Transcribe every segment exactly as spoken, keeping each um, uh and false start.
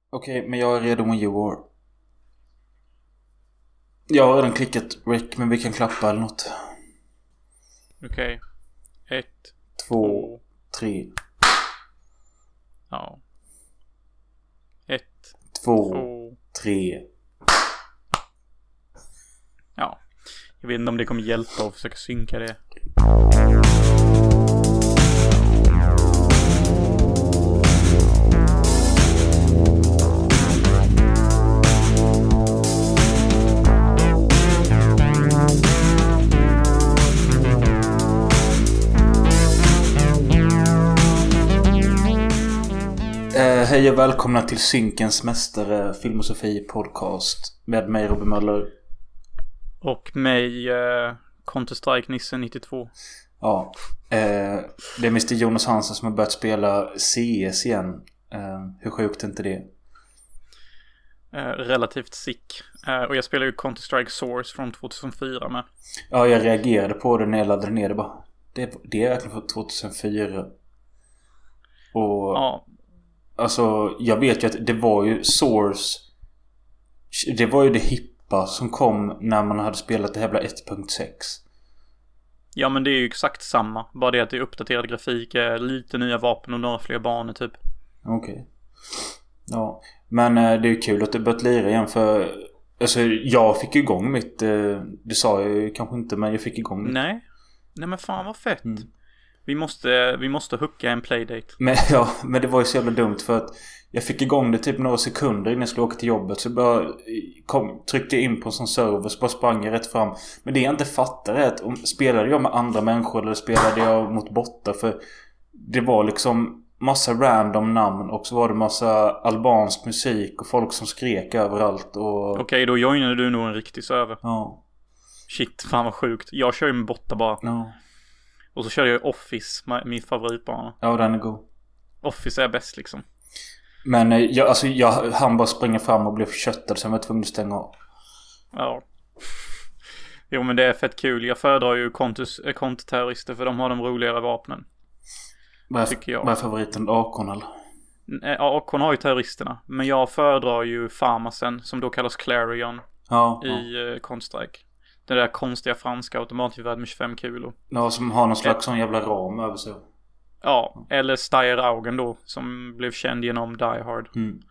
Okej, men jag är redo when you are. Jag har redan klickat rec, men vi kan klappa eller något. Okej. Ett, Två, två, tre. ja. Ett, Två, två, tre. ja. Jag vet inte om det kommer hjälpa att försöka synka det. Eh, hej och välkomna till Synkens mästare Filmosofi podcast med mig Robin Möller. Och mig eh, Counter-Strike Nissen nittiotvå. Ja, eh, det är mister Jonas Hansen som har börjat spela C S igen. eh, Hur sjukt är inte det? Eh, relativt sick. eh, Och jag spelar ju Counter-Strike Source från tjugohundrafyra med. Ja, jag reagerade på det när jag laddade ner det bara. Det, det är verkligen från tjugohundrafyra. Och Ja. alltså, jag vet ju att det var ju Source. Det var ju det hippa som kom när man hade spelat det jävla ett punkt sex. Ja, men det är ju exakt samma. Bara det att det är uppdaterad grafik, lite nya vapen och några fler banor typ. Okej. Okay. Ja, men det är ju kul att det börjat lira igen. För alltså, jag fick igång mitt. Det sa jag ju kanske inte, men jag fick igång mitt. Nej, nej men fan vad fett. Mm. Vi måste, vi måste hooka en playdate. Men, ja, men det var ju så jävla dumt för att jag fick igång det typ några sekunder innan jag skulle åka till jobbet. Så jag bara kom, tryckte in på en sån server, så bara sprang jag rätt fram. Men det jag inte fattar är att om, spelade jag med andra människor eller spelade jag mot bottar? För det var liksom massa random namn och så var det massa albansk musik och folk som skrek överallt. Och... Okej, okay, då joinade du nog en riktig server. Ja. Shit, fan vad sjukt. Jag kör ju med bottar bara. Ja. Och så kör jag Office, min favoritbana. Ja, den är god. Office är bäst liksom. Men jag, alltså, jag hann bara springa fram och blev förköttad, så jag var tvungen att stänga av. Ja. Jo, men det är fett kul. Jag föredrar ju konterterrorister för de har de roligare vapnen. Vad är, tycker jag. Vad är favoriten? A K eller? Ja, A K har ju terroristerna. Men jag föredrar ju Farmasen, som då kallas Clarion. Ja, i ja. Uh, Counter-Strike. Den där konstiga franska automatgevär med tjugofem kulor. Ja, som har någon slags sån jävla ram över sig. Ja, eller Steyr Augen då, som blev känd genom Die Hard. Mm.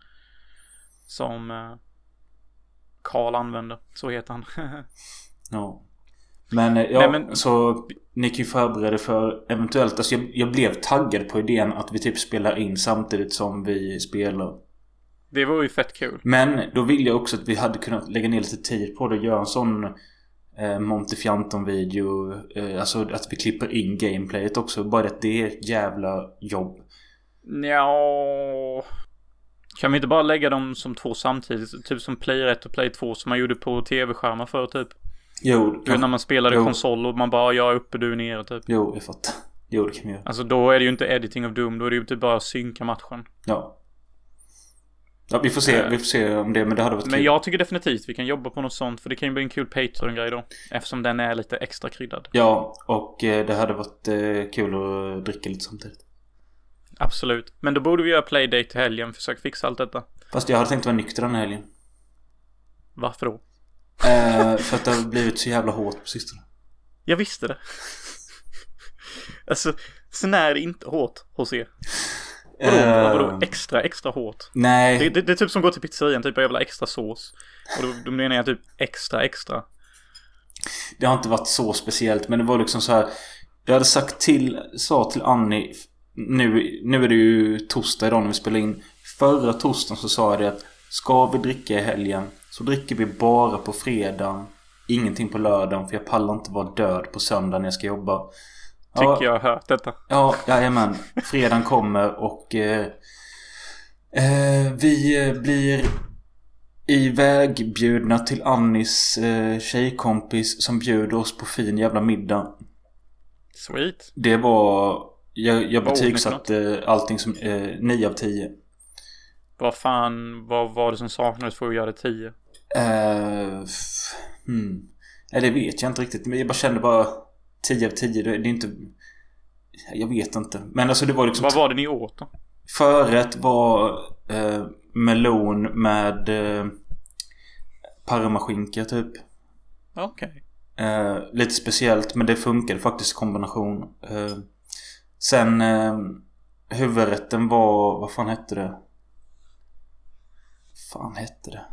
Som uh, Carl använde, så heter han. Ja. Men, ja, Nej, men så ni kan ju förbereda för eventuellt, alltså jag, jag blev taggad på idén att vi typ spelar in samtidigt som vi spelar. Det var ju fett kul. Men då vill jag också att vi hade kunnat lägga ner lite tid på det och göra en sån eh, Montefianton-video. Eh, alltså att vi klipper in gameplayet också. Bara att det är ett jävla jobb. Ja. Kan vi inte bara lägga dem som två samtidigt? Typ som Play ett och Play två som man gjorde på tv-skärmar för typ. Jo. Du vet när man spelade jo. konsol och man bara, jag är uppe, du är nere typ. Jo, jag fattar. Jo, det kan vi göra. Alltså då är det ju inte editing of Doom. Då är det ju typ bara synka matchen. Ja. Ja, vi får se, vi får se om det, men det hade varit Men kul. jag tycker definitivt vi kan jobba på något sånt, för det kan ju bli en kul Patreon-grej då, eftersom den är lite extra kryddad. Ja, och eh, det hade varit eh, kul att dricka lite samtidigt. Absolut, men då borde vi göra playdate till helgen, försök fixa allt detta. Fast jag hade tänkt vara nykter den här helgen. Varför då? Eh, för att det har blivit så jävla hårt på sistone. Jag visste det. Alltså, sen är det inte hårt hos er. Vadå, uh, vadå extra, extra hårt? Nej. Det, det, det är typ som går till pizzerian, typ jag vill ha extra sås. Och då, då menar jag typ extra, extra. Det har inte varit så speciellt, men det var liksom så här. Jag hade sagt till, sa till Annie, nu, nu är det ju torsdag idag när vi spelar in. Förra torsdagen så sa jag det att ska vi dricka i helgen så dricker vi bara på fredagen. Ingenting på lördagen, för jag pallar inte vara död på söndag när jag ska jobba. Tycker ja, jag har hört detta. Ja, jajamän. Fredagen kommer och eh, eh, vi blir ivägbjudna till Annis eh, tjejkompis som bjuder oss på fin jävla middag. Sweet. Det var, jag, jag betygsatte allting som eh, nio av tio. Vad fan, vad var det som saknades för att göra tio? Eh, f- hmm. Nej, det vet jag inte riktigt, men jag bara kände bara tio av tio, det är inte, jag vet inte. Men alltså det var liksom... Vad var det ni åt då? Förrätt var eh, melon med eh, parmaskinka typ. Okej. Okay. Eh, lite speciellt, men det funkade faktiskt i kombination. Eh, sen eh, huvudrätten var, vad fan hette det? Fan hette det?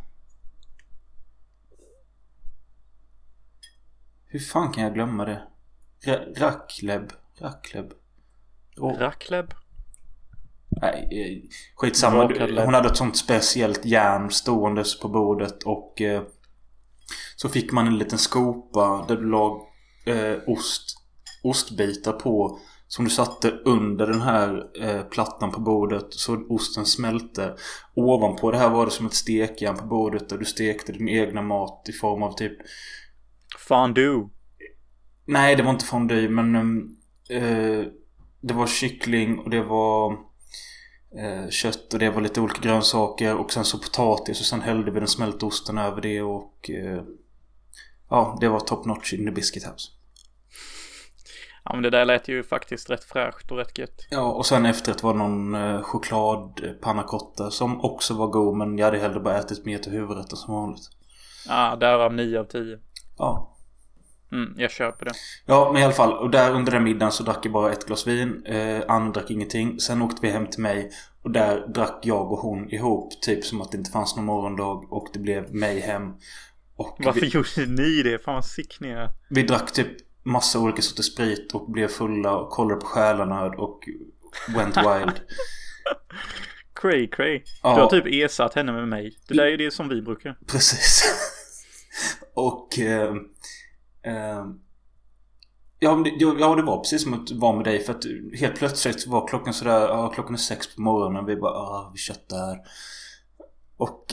Hur fan kan jag glömma det? Ra- Racleb. Racleb. Oh. Racleb? Nej, skitsamma. Hon hade ett sånt speciellt järn ståendes på bordet. Och eh, så fick man en liten skopa där du lag eh, ost, ostbitar på, som du satte under den här eh, plattan på bordet, så osten smälte. Ovanpå det här var det som ett stekjärn på bordet, där du stekte din egna mat i form av typ fondue. Nej, det var inte fondue, men eh, det var kyckling och det var eh, kött och det var lite olika grönsaker och sen så potatis, och sen hällde vi den smälta osten över det och eh, ja, det var top notch in the biscuit house. Ja, men det där lät ju faktiskt rätt fräscht och rätt gött. Ja, och sen efteråt var någon eh, choklad panna cotta som också var god, men jag hade hellre bara ätit mer till huvudrätten som vanligt. Ja, ah, därav nio av tio. Ja. Mm, jag köper det. Ja, men i alla fall. Och där under den middagen så drack jag bara ett glas vin. eh, Ann drack ingenting. Sen åkte vi hem till mig, och där drack jag och hon ihop, typ som att det inte fanns någon morgondag. Och det blev mig hem. Och varför vi, gjorde ni det? Fan vad sick ni är. Vi drack typ massa olika sorters sprit och blev fulla och kollade på Själanöd och went wild. Cray cray. Ja. Du har typ ersatt henne med mig. Det där är ju det som vi brukar. Precis. Och eh, eh, ja, det, ja, det var precis som att vara med dig. För att helt plötsligt var klockan sådär, ja, klockan är sex på morgonen. Vi bara, ah, vi köttar. Och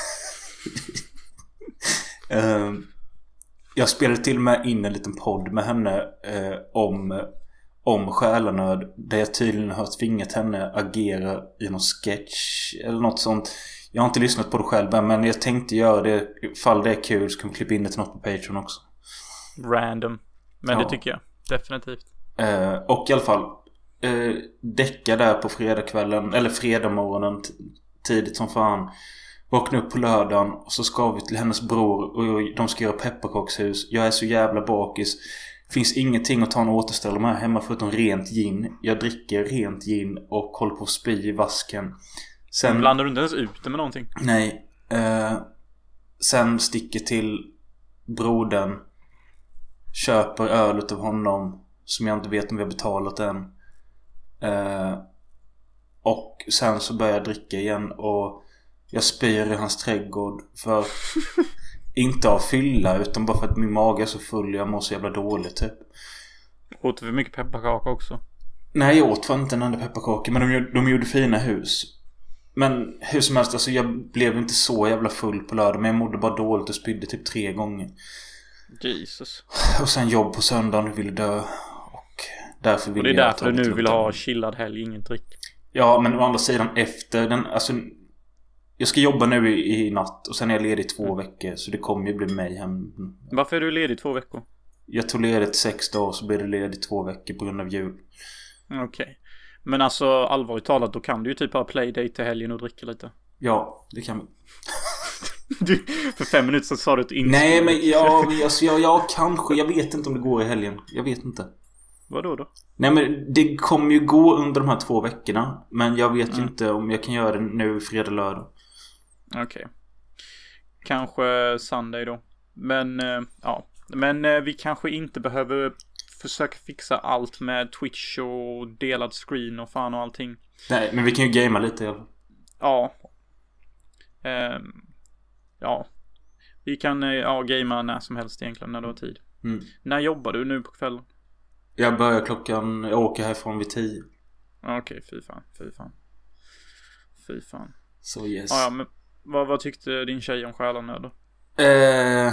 eh, jag spelade till och med in en liten podd med henne eh, om, om Själanöd, där jag tydligen har tvingat henne agera i någon sketch eller något sånt. Jag har inte lyssnat på det själv, men jag tänkte göra det. Ifall det är kul så kan vi klippa in det till något på Patreon också. Random. Men ja. Det tycker jag definitivt. eh, Och i alla fall eh, däcka där på fredagskvällen, eller fredagmorgonen t- tidigt som fan. Vakna upp på lördagen, och så ska vi till hennes bror, och de ska göra pepparkakshus. Jag är så jävla bakis. Finns ingenting att ta en återställare med hemma förutom rent gin. Jag dricker rent gin och håller på att spy i vasken. Sen blandar du inte ens ut det med någonting? Nej. eh, Sen sticker till brodern, köper öl av honom som jag inte vet om vi har betalat än. eh, Och sen så börjar jag dricka igen, och jag spyr i hans trädgård. För inte av fylla, utan bara för att min mage är så full. Jag mår så jävla dåligt typ. Åt vi mycket pepparkaka också? Nej, jag åt fan inte en enda pepparkaka. Men de, gjorde, de gjorde fina hus. Men hur som helst, alltså, jag blev inte så jävla full på lördag. Men jag mådde bara dåligt och spydde typ tre gånger. Jesus. Och sen jobb på söndagen och ville dö. Och därför ville jag. Och det är jag därför du nu vill ha chillad helg, ingen drick. Ja, men å andra sidan efter den, alltså, jag ska jobba nu i, i natt, och sen är jag ledig i två mm. veckor. Så det kommer ju bli mig hem. Varför är du ledig i två veckor? Jag tog ledigt sex dagar, så blir det ledig två veckor på grund av jul. Okej. Okay. Men alltså allvarligt talat, då kan du ju typ ha playdate till helgen och dricka lite. Ja, det kan vi. Du, för fem minuter så sa du ett inspel. Nej, men ja, alltså, jag, jag kanske, jag vet inte om det går i helgen. Jag vet inte. Vadå då? Nej, men det kommer ju gå under de här två veckorna. Men jag vet ju mm. inte om jag kan göra det nu fredag, lördag. Okej. Okay. Kanske Sunday då. Men äh, ja. Men äh, vi kanske inte behöver försöka fixa allt med Twitch och delad screen och fan och allting. Nej, men vi kan ju gamea lite i alla fall. Ja. Um, ja. Vi kan ja, gamea när som helst egentligen, när du har tid. Mm. När jobbar du nu på kvällen? Jag börjar klockan, jag åker härifrån vid tio. Okej, okay, fy fan, fy fan. Fy fan. Så yes. Ja, ja, men vad, vad tyckte din tjej om Själanöd då? Eh,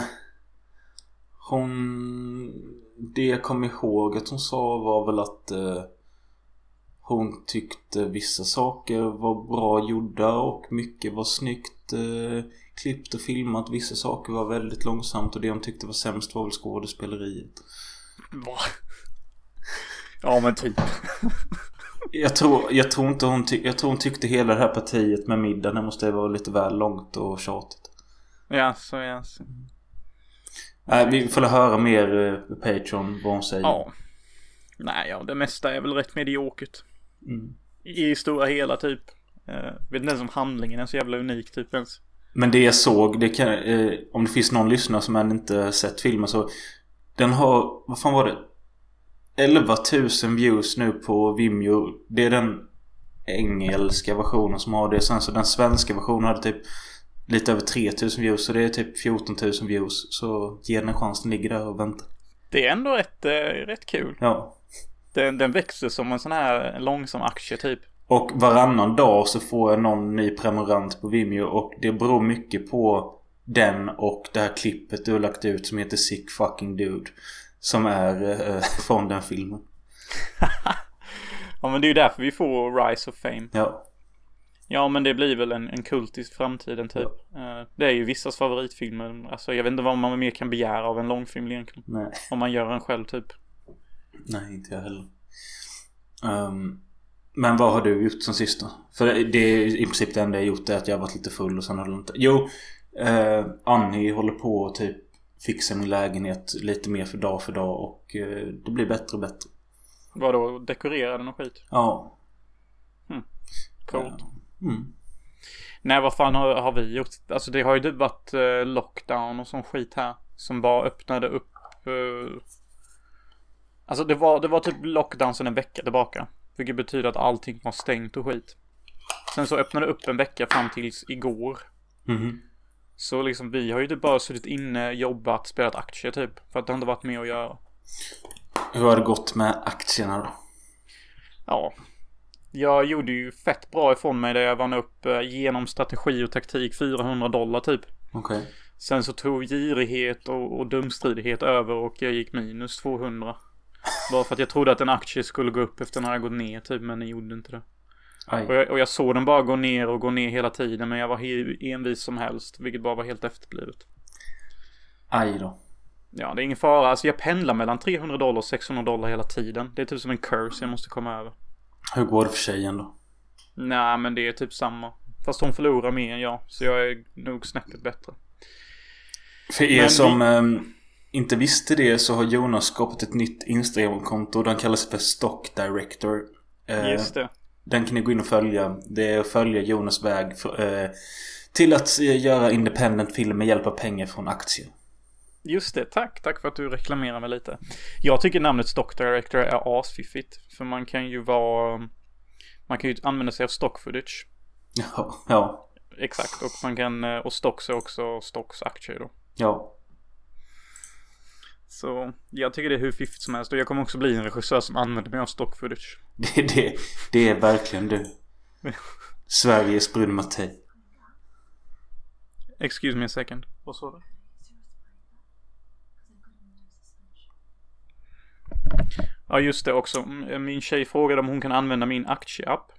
hon... Det jag kom ihåg att hon sa var väl att eh, hon tyckte vissa saker var bra gjorda och mycket var snyggt eh, klippt och filmat. Vissa saker var väldigt långsamt, och det hon tyckte var sämst var väl skådespeleriet. Va? Ja, men typ. Jag tror, jag tror inte hon ty- Jag tror hon tyckte hela det här partiet med middagen det måste vara lite väl långt och tjatigt. Ja, så ja. Så. Nej, vi får höra mer eh, på Patreon vad hon säger. Ja. Nej, ja, det mesta är väl rätt mediokert. Mm. I stora hela typ. Uh, vet inte ens om handlingen är så jävla unik typ ens. Men det jag såg, det kan, eh, om det finns någon lyssnare som än inte sett filmen så den har, vad fan var det? elva tusen views nu på Vimeo. Det är den engelska versionen som har det. Sen så den svenska versionen hade typ lite över tre tusen views. Så det är typ fjorton tusen views. Så ge den en chans, den ligger där och väntar. Det är ändå rätt, äh, rätt kul. Ja. Den, den växer som en sån här långsam aktie typ. Och varannan dag så får jag någon ny prenumerant på Vimeo. Och det beror mycket på den och det här klippet du har lagt ut som heter Sick Fucking Dude. Som är äh, från den filmen. Ja, men det är ju därför vi får Rise of Fame. Ja. Ja, men det blir väl en, en kult i framtiden typ. Ja. Uh, det är ju vissas favoritfilmer. Alltså jag vet inte vad man mer kan begära av en långfilm egentligen. Nej. Om man gör den själv typ. Nej, inte jag heller. Um, men vad har du gjort som sista? För det är i princip det enda jag gjort är att jag har varit lite full och sen har det inte. Jo, uh, Annie håller på och typ fixa min lägenhet lite mer för dag för dag och uh, det blir bättre och bättre. Vadå, dekorera den och skit? Ja. Hmm. Coolt. Mm. Nej, vad fan har, har vi gjort? Alltså det har ju varit uh, lockdown och sån skit här. Som bara öppnade upp uh... Alltså det var, det var typ lockdown sedan en vecka tillbaka. Vilket betyder att allting var stängt och skit. Sen så öppnade det upp en vecka fram tills igår. Mm. Så liksom vi har ju typ bara suttit inne, jobbat, spelat aktier typ. För att det inte varit med att göra. Hur har det gått med aktierna då? Ja. Jag gjorde ju fett bra ifrån mig där jag vann upp eh, genom strategi och taktik fyrahundra dollar typ. Okej. Okay. Sen så tog girighet och, och dumstridighet över och jag gick minus tvåhundra. Bara för att jag trodde att en aktie skulle gå upp efter när jag gått ner typ, men den gjorde inte det. Och jag, och jag såg den bara gå ner och gå ner hela tiden, men jag var hur envis som helst, vilket bara var helt efterblivet. Aj då. Ja, det är ingen fara. Alltså jag pendlar mellan trehundra dollar och sexhundra dollar hela tiden. Det är typ som en curse jag måste komma över. Hur går det för tjejen då? Nej, men det är typ samma. Fast hon förlorar mer än jag. Så jag är nog snäppet bättre. För er men som vi... ähm, inte visste det så har Jonas skapat ett nytt Instagram-konto. Den kallas för Stock Director. äh, Just det. Den kan ni gå in och följa. Det är att följa Jonas väg för, äh, till att äh, göra independent film med hjälp av pengar från aktier. Just det, tack. Tack för att du reklamerar mig lite. Jag tycker namnet Stock Director är asfiffigt. För man kan ju vara... Man kan ju använda sig av stock footage. Ja, ja. Exakt, och man kan... Och stocks är också stocks aktier då. Ja. Så jag tycker det är hur fiffigt som helst. Och jag kommer också bli en regissör som använder mig av stock footage. Det, det, det är verkligen du. Sveriges Brun Mattei. Excuse me a second. Vad sa du? Ja, just det också. Min tjej frågade om hon kan använda min aktieapp.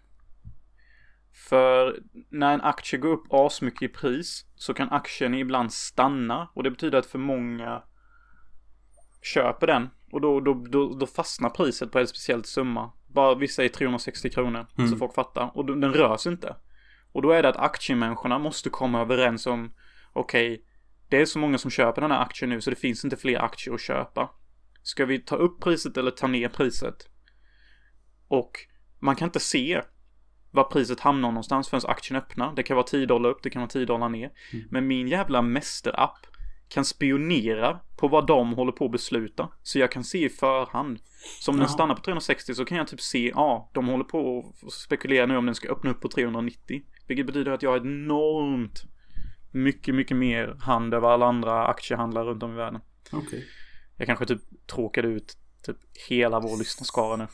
För när en aktie går upp asmycket i pris så kan aktien ibland stanna. Och det betyder att för många köper den. Och då, då, då, då fastnar priset på en speciell summa. Bara vissa är trehundrasextio kronor. Mm. Så folk fattar. Och då, den rör sig inte. Och då är det att aktiemänniskorna måste komma överens om okej, okay, det är så många som köper den här aktien nu så det finns inte fler aktier att köpa. Ska vi ta upp priset eller ta ner priset? Och man kan inte se var priset hamnar någonstans förrän aktien öppnar. Det kan vara tio dollar upp, det kan vara tio dollar ner. Mm. Men min jävla mästerapp kan spionera på vad de håller på att besluta. Så jag kan se i förhand. Så om ja. den stannar på trehundrasextio så kan jag typ se, ja, ah, de håller på att spekulera nu om den ska öppna upp på trehundranittio. Vilket betyder att jag har enormt mycket, mycket mer hand över alla andra aktiehandlare runt om i världen. Okej. Okay. Jag kanske typ tråkade ut typ hela vår lyssnarskara nu.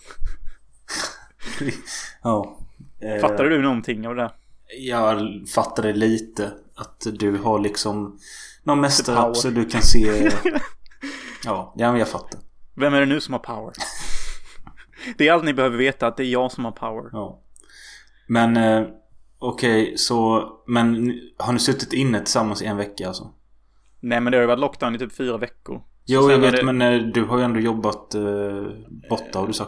Ja. Fattade du någonting av det? Jag fattade lite att du har liksom någon mästerapp så du kan se. Ja, ja, men jag fattar. Vem är det nu som har power? Det är allt ni behöver veta, att det är jag som har power. Ja. Men eh, okej, okay, så men har ni suttit inne tillsammans i en vecka alltså? Nej, men det har ju varit lockdown i typ fyra veckor. Jo, jag vet, det... men du har ju ändå jobbat eh, borta har du sagt ju.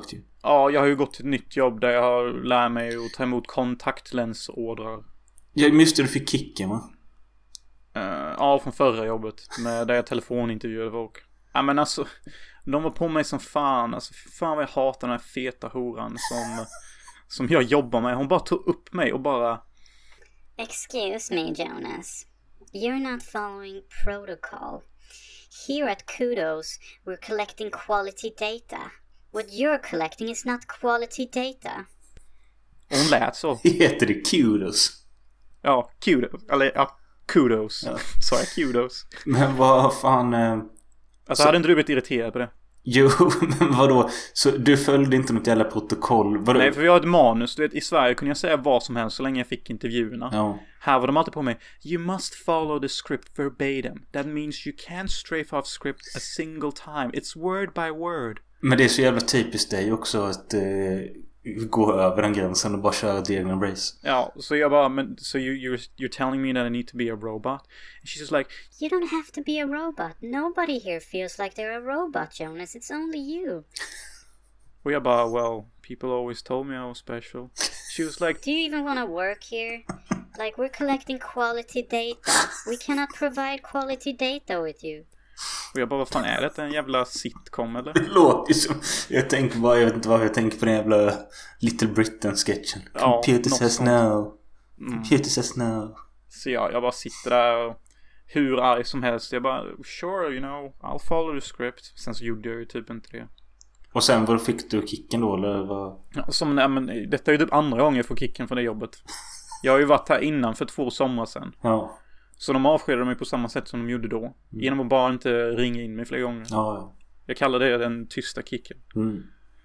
Ja, jag har ju gått till ett nytt jobb där jag har lärt mig att ta emot kontaktlänsordrar. Jag just det, du fick kicken, va? Uh, ja, från förra jobbet. Med där jag telefonintervjuade folk. Ja, men alltså, de var på mig som fan. Alltså, fan vad jag hatar den här feta horan som, som jag jobbar med. Hon bara tog upp mig och bara... Excuse me, Jonas. You're not following protocol. Here at Kudos, we're collecting quality data. What you're collecting is not quality data. Hon lät så. Heter det Kudos? Ja, Kudos. Eller, ja, Kudos. Ja. Sa jag Kudos? Men vad fan... Eh, alltså, så... hade inte du blivit irriterad på det? Jo, men vadå? Så du följde inte något jävla protokoll? Vadå? Nej, för vi har ett manus. Du vet, i Sverige kunde jag säga vad som helst så länge jag fick intervjuerna. Ja. Här var de alltid på mig. You must follow the script verbatim. That means you can't strafe off script a single time. It's word by word. Men det är så jävla typiskt dig också att eh, gå över den gränsen och bara köra ett egna race. Ja, så jag bara, men so you, you're, you're telling me that I need to be a robot? And she's just like, you don't have to be a robot. Nobody here feels like they're a robot, Jonas. It's only you. Och jag bara, well, people always told me I was special. She was like, do you even want to work here? Like, we're collecting quality data. We cannot provide quality data with you. Och jag bara, vad fan är det? En jävla sitcom eller? Det låter ju som... Jag tänker bara, jag vet inte varför jag tänker på den jävla Little Britain-sketchen. Ja, Computer says sånt. no. Computer mm. says no. Så jag, jag bara sitter där och hur arg som helst. Jag bara, sure, you know, I'll follow the script. Sen så gjorde jag ju typ inte det. Och sen vad fick du kicken då? Eller vad? Ja, som, nej, men, detta är ju typ andra gången jag får kicken från det jobbet. Jag har ju varit här innan för två somrar sedan. Ja. Så de avskedade mig på samma sätt som de gjorde då. Mm. Genom att bara inte ringa in mig flera gånger. Ja, ja. Jag kallar det den tysta kicken. Mm.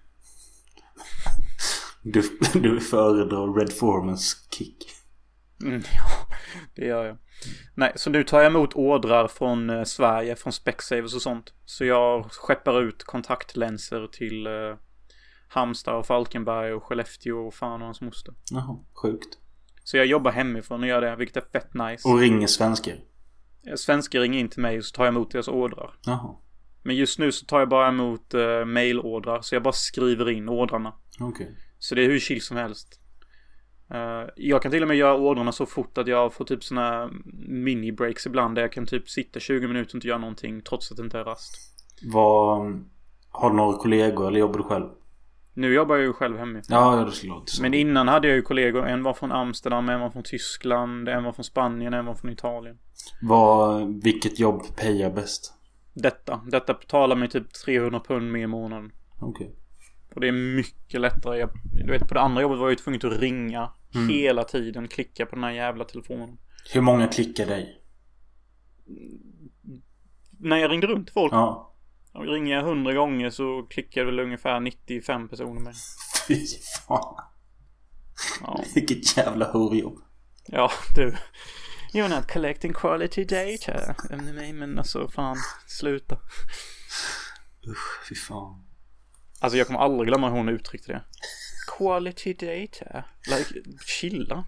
Du, du föredrar Red Formans kick. Mm, ja, det gör jag. Nej, så nu tar jag emot ordrar från eh, Sverige, från Specsavers och sånt. Så jag skeppar ut kontaktlänsor till eh, Halmstad och Falkenberg och Skellefteå och fan och hans moster. Jaha, sjukt. Så jag jobbar hemifrån och gör det, vilket är fett nice. Och ringer svenskar? Svenskar ringer in till mig och så tar jag emot deras ordrar. Jaha. Men just nu så tar jag bara emot uh, mailordrar. Så jag bara skriver in ordrarna. Okej. Okay. Så det är hur chill som helst. uh, Jag kan till och med göra ordrarna så fort att jag får typ såna mini-breaks ibland. Där jag kan typ sitta tjugo minuter och inte göra någonting trots att det inte är rast. Vad... Har du några kollegor eller jobbar du själv? Nu jobbar jag ju själv hemma. Ja, det skulle låta. Men innan hade jag ju kollegor. En var från Amsterdam, en var från Tyskland, en var från Spanien, en var från Italien. Vad, vilket jobb pejar bäst? Detta. Detta betalar mig typ trehundra pund mer i månaden. Okej. Okay. Och det är mycket lättare. Jag, du vet, på det andra jobbet var jag ju tvungen att ringa mm. hela tiden. Klicka på den här jävla telefonen. Hur många klickar dig? När jag ringde runt till folk. Ja. Och ringer jag hundra gånger så klickar väl ungefär nittiofem personer med. Fy fan. Ja. Vilket jävla horjobb. Ja, du. You're not collecting quality data. Men alltså, fan, sluta. Usch, fy fan. Alltså jag kommer aldrig glömma hur hon uttryckte det. Quality data. Like, chilla.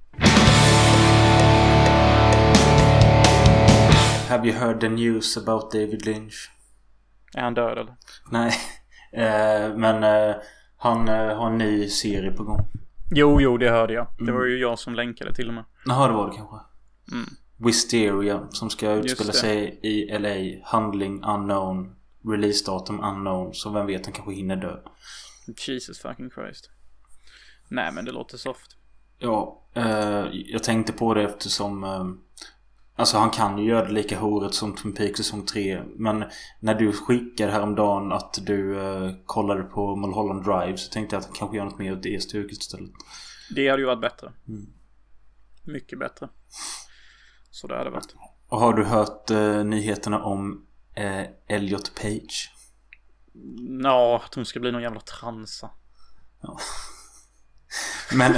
Have you heard the news about David Lynch? Är han död eller? Nej, eh, men eh, han eh, har en ny serie på gång. Jo, jo, det hörde jag. Mm. Det var ju jag som länkade till och med. Jaha, det var det kanske. Mm. Wisteria, som ska utspela sig i L A. Handling unknown. Release-datum unknown. Så vem vet, han kanske hinner dö. Jesus fucking Christ. Nej, men det låter soft. Ja, eh, jag tänkte på det eftersom... Eh, Alltså han kan ju göra det lika horret som Twin Peaks säsong tre. Men när du skickade häromdagen att du eh, kollade på Mulholland Drive så tänkte jag att han kanske gör något mer åt det stuket istället. Det hade ju varit bättre. Mm. Mycket bättre. Så det hade varit. Och har du hört eh, nyheterna om eh, Elliot Page? Ja, att hon ska bli någon jävla transa. Ja. Men...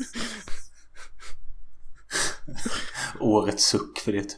Årets suck för det typ.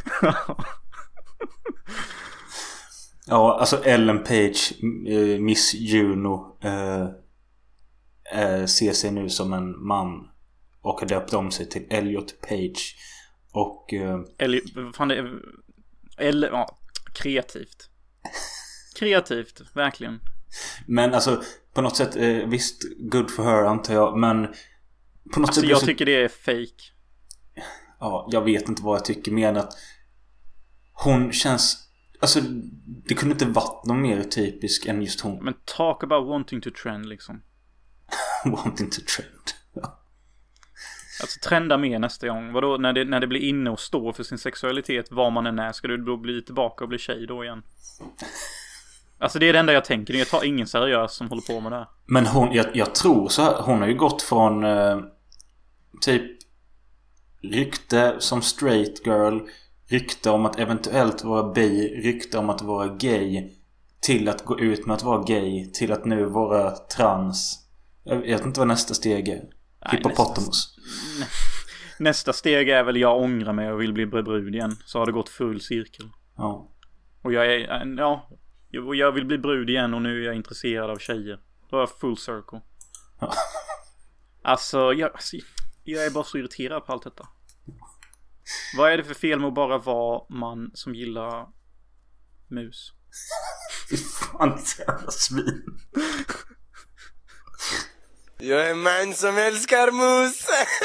Ja, alltså Ellen Page, eh, Miss Juno eh, eh, ser sig nu som en man och har döpt om sig till Elliot Page. Och eh, Eller, fan det är eller, ja, kreativt. Kreativt, verkligen. Men alltså på något sätt, eh, visst, good for her antar jag. Men på något alltså sätt jag så... tycker det är fake. Ja, jag vet inte vad jag tycker. Men att hon känns... Alltså det kunde inte varit någon mer typisk än just hon. Men talk about wanting to trend liksom. Wanting to trend. Ja. Alltså trenda mer nästa gång. Vadå, när det, när det blir inne och står för sin sexualitet, vad man än är, ska du då bli tillbaka och bli tjej då igen? Alltså det är det enda jag tänker. Jag tar ingen seriös som håller på med det här. Men hon, jag, jag tror så här, hon har ju gått från eh, typ rykte som straight girl, rykte om att eventuellt vara bi, rykte om att vara gay, till att gå ut med att vara gay, till att nu vara trans. Jag vet inte vad nästa steg är. Hippopotamus. Nästa, nästa steg är väl jag ångrar mig och vill bli brud igen. Så har det gått full cirkel. Ja. Och jag är, ja, jag vill bli brud igen och nu är jag intresserad av tjejer. Då är jag full circle. Ja. Alltså, jag, alltså, jag är bara så irriterad på allt detta. Vad är det för fel med att bara vara man som gillar mus? Fy fan, så jävla svin. Jag är en man som älskar mus.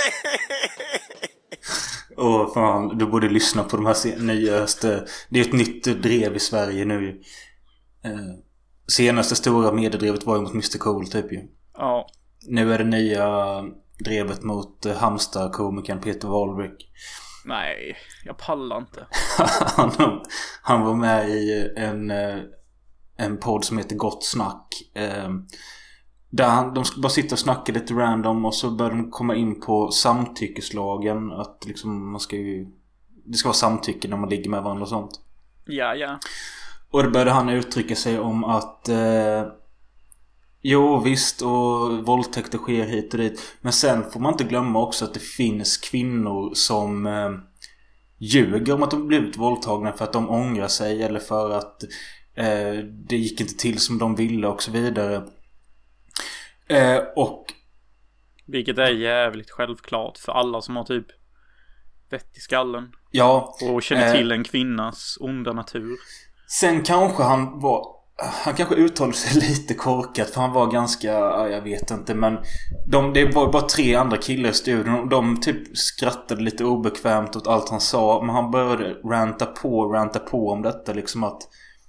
Åh oh, fan, du borde lyssna på de här nyaste. Det är ett nytt drev i Sverige nu. eh, Senaste stora mediedrevet var ju mot mister Cool typ ju. Ja. Nu är det nya drevet mot eh, Halmstad-komikern Peter Wahlbeck. Nej, jag pallar inte. han, han var med i en, en podd som heter Gott Snack. Eh, Där han, de bara sitter och snackar lite random. Och så börjar de komma in på samtyckeslagen. Att liksom man ska ju... Det ska vara samtycke när man ligger med varandra och sånt. Ja, ja. Och då började han uttrycka sig om att eh, jo visst, och våldtäkter sker hit och dit. Men sen får man inte glömma också att det finns kvinnor som eh, ljuger om att de blivit våldtagna för att de ångrar sig. Eller för att eh, det gick inte till som de ville och så vidare. Eh, och vilket är jävligt självklart för alla som har typ vett i skallen. Ja. Och känner till en kvinnas onda natur. Sen kanske han var... Han kanske uttalade sig lite korkat. För han var ganska... Jag vet inte. Men de, det var bara tre andra killar i studion. Och de typ skrattade lite obekvämt åt allt han sa. Men han började ranta på, ranta på om detta. Liksom att...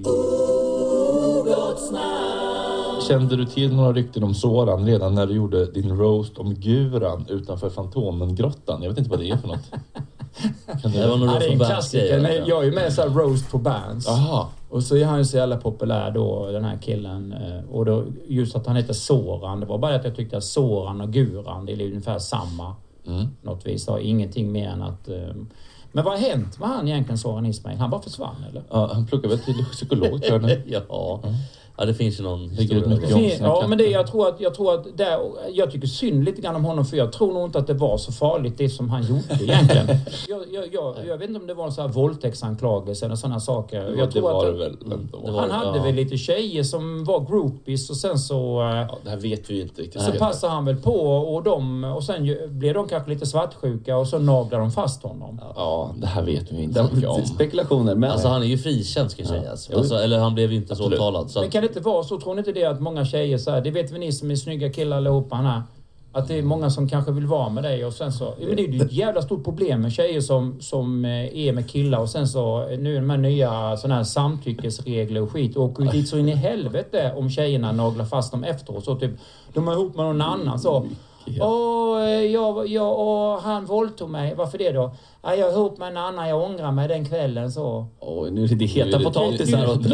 Kände du till några rykten om Soran redan när du gjorde din roast om Guran utanför Fantomengrottan? Jag vet inte vad det är för något. Kan det, det var nog ja, det är en klassiker. Men jag är ju med så här roast på bands. Aha. Och så är han ju så jävla populär då, den här killen. Och då, just att han heter Soran. Det var bara att jag tyckte att Soran och Guran, det är ungefär samma. Mm. Något vis. Det har ingenting mer än att... Men vad har hänt med han egentligen, Soran Ismail? Han bara försvann, eller? Ja, han pluggade väl till psykolog, tror jag. Ja. Mm. Ja, det finns ju någon historia. Fin, ja, men det, jag tror att, jag tror att där, jag tycker synd lite grann om honom, för jag tror nog inte att det var så farligt det som han gjorde egentligen. jag, jag, jag, jag vet inte om det var en sån här våldtäktsanklagelse eller sådana saker. Jag det tror var att det väl. Det var, han hade ja. väl lite tjejer som var groupies och sen så... Ja, det här vet vi ju inte riktigt. Så passade han väl på och de, och sen blev de kanske lite svartsjuka och så naglade de fast honom. Ja, det här vet vi inte mycket om. Spekulationer, men... Alltså han är ju frikänd, ska jag säga. Ja. Alltså, eller han blev ju inte Absolut. så talad. Så men kan det inte vara så, tror ni inte det att många tjejer så här, det vet vi ni som är snygga killar allihopa här, att det är många som kanske vill vara med dig och sen så, men det är ju ett jävla stort problem med tjejer som, som är med killar och sen så, nu är de här nya sådana här samtyckesregler och skit, och åker ju dit så in i helvete om tjejerna naglar fast dem efteråt, så typ, de är ihop med någon annan så, och jag, jag, och han våldtog mig, varför det då? Ja, jag är ihop med en annan, jag ångrar mig den kvällen så. Oj, nu är det heta potatisar och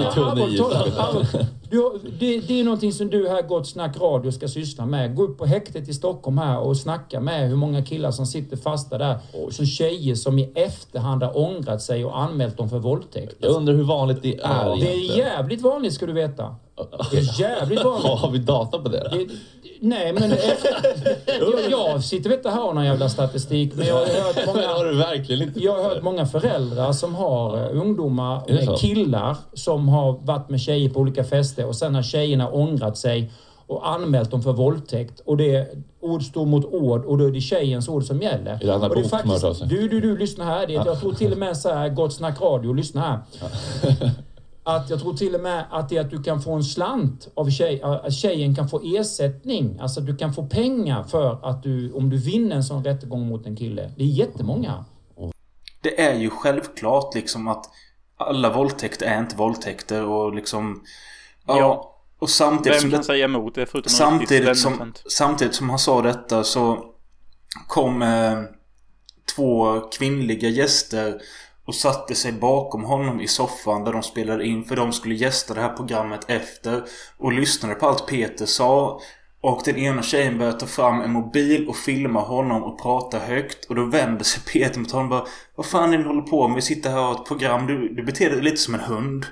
det, det är någonting som du här Gott Snack Radio ska syssla med. Gå upp på häktet i Stockholm här och snacka med hur många killar som sitter fasta där. Som tjejer som i efterhand har ångrat sig och anmält dem för våldtäkt. Jag undrar hur vanligt det är. Ja, det är jävligt vanligt, ska du veta. Det är jävligt vanligt. Har vi data på det? det nej, men jag, jag sitter inte här och någon jävla statistik, men jag har hört många, har du verkligen inte jag har hört många föräldrar som har uh, ungdomar, killar som har varit med tjejer på olika fester och sen har tjejerna ångrat sig och anmält dem för våldtäkt, och det är ord står mot ord och då är det tjejens ord som gäller. Det och det är faktiskt, du, du, du, lyssna här. Det är, jag tror till och med så här Gott Snack Radio, lyssna här. att jag tror till och med att det är att du kan få en slant av tjej, att tjejen kan få ersättning. Alltså du kan få pengar för att du, om du vinner en sån rättegång mot en kille. Det är jättemånga. Det är ju självklart liksom att alla våldtäkter är inte våldtäkter och liksom... Ja, ja. Och samtidigt Vem som kan det, säga emot det förutom samtidigt som, samtidigt som han sa detta så kom eh, två kvinnliga gäster och satte sig bakom honom i soffan där de spelade in, för de skulle gästa det här programmet efter, och lyssnade på allt Peter sa. Och den ena tjejen började ta fram en mobil och filma honom och prata högt. Och då vände sig Peter mot honom och bara: vad fan är det du håller på med? Vi sitter här och har ett program. Du, du beter dig lite som en hund.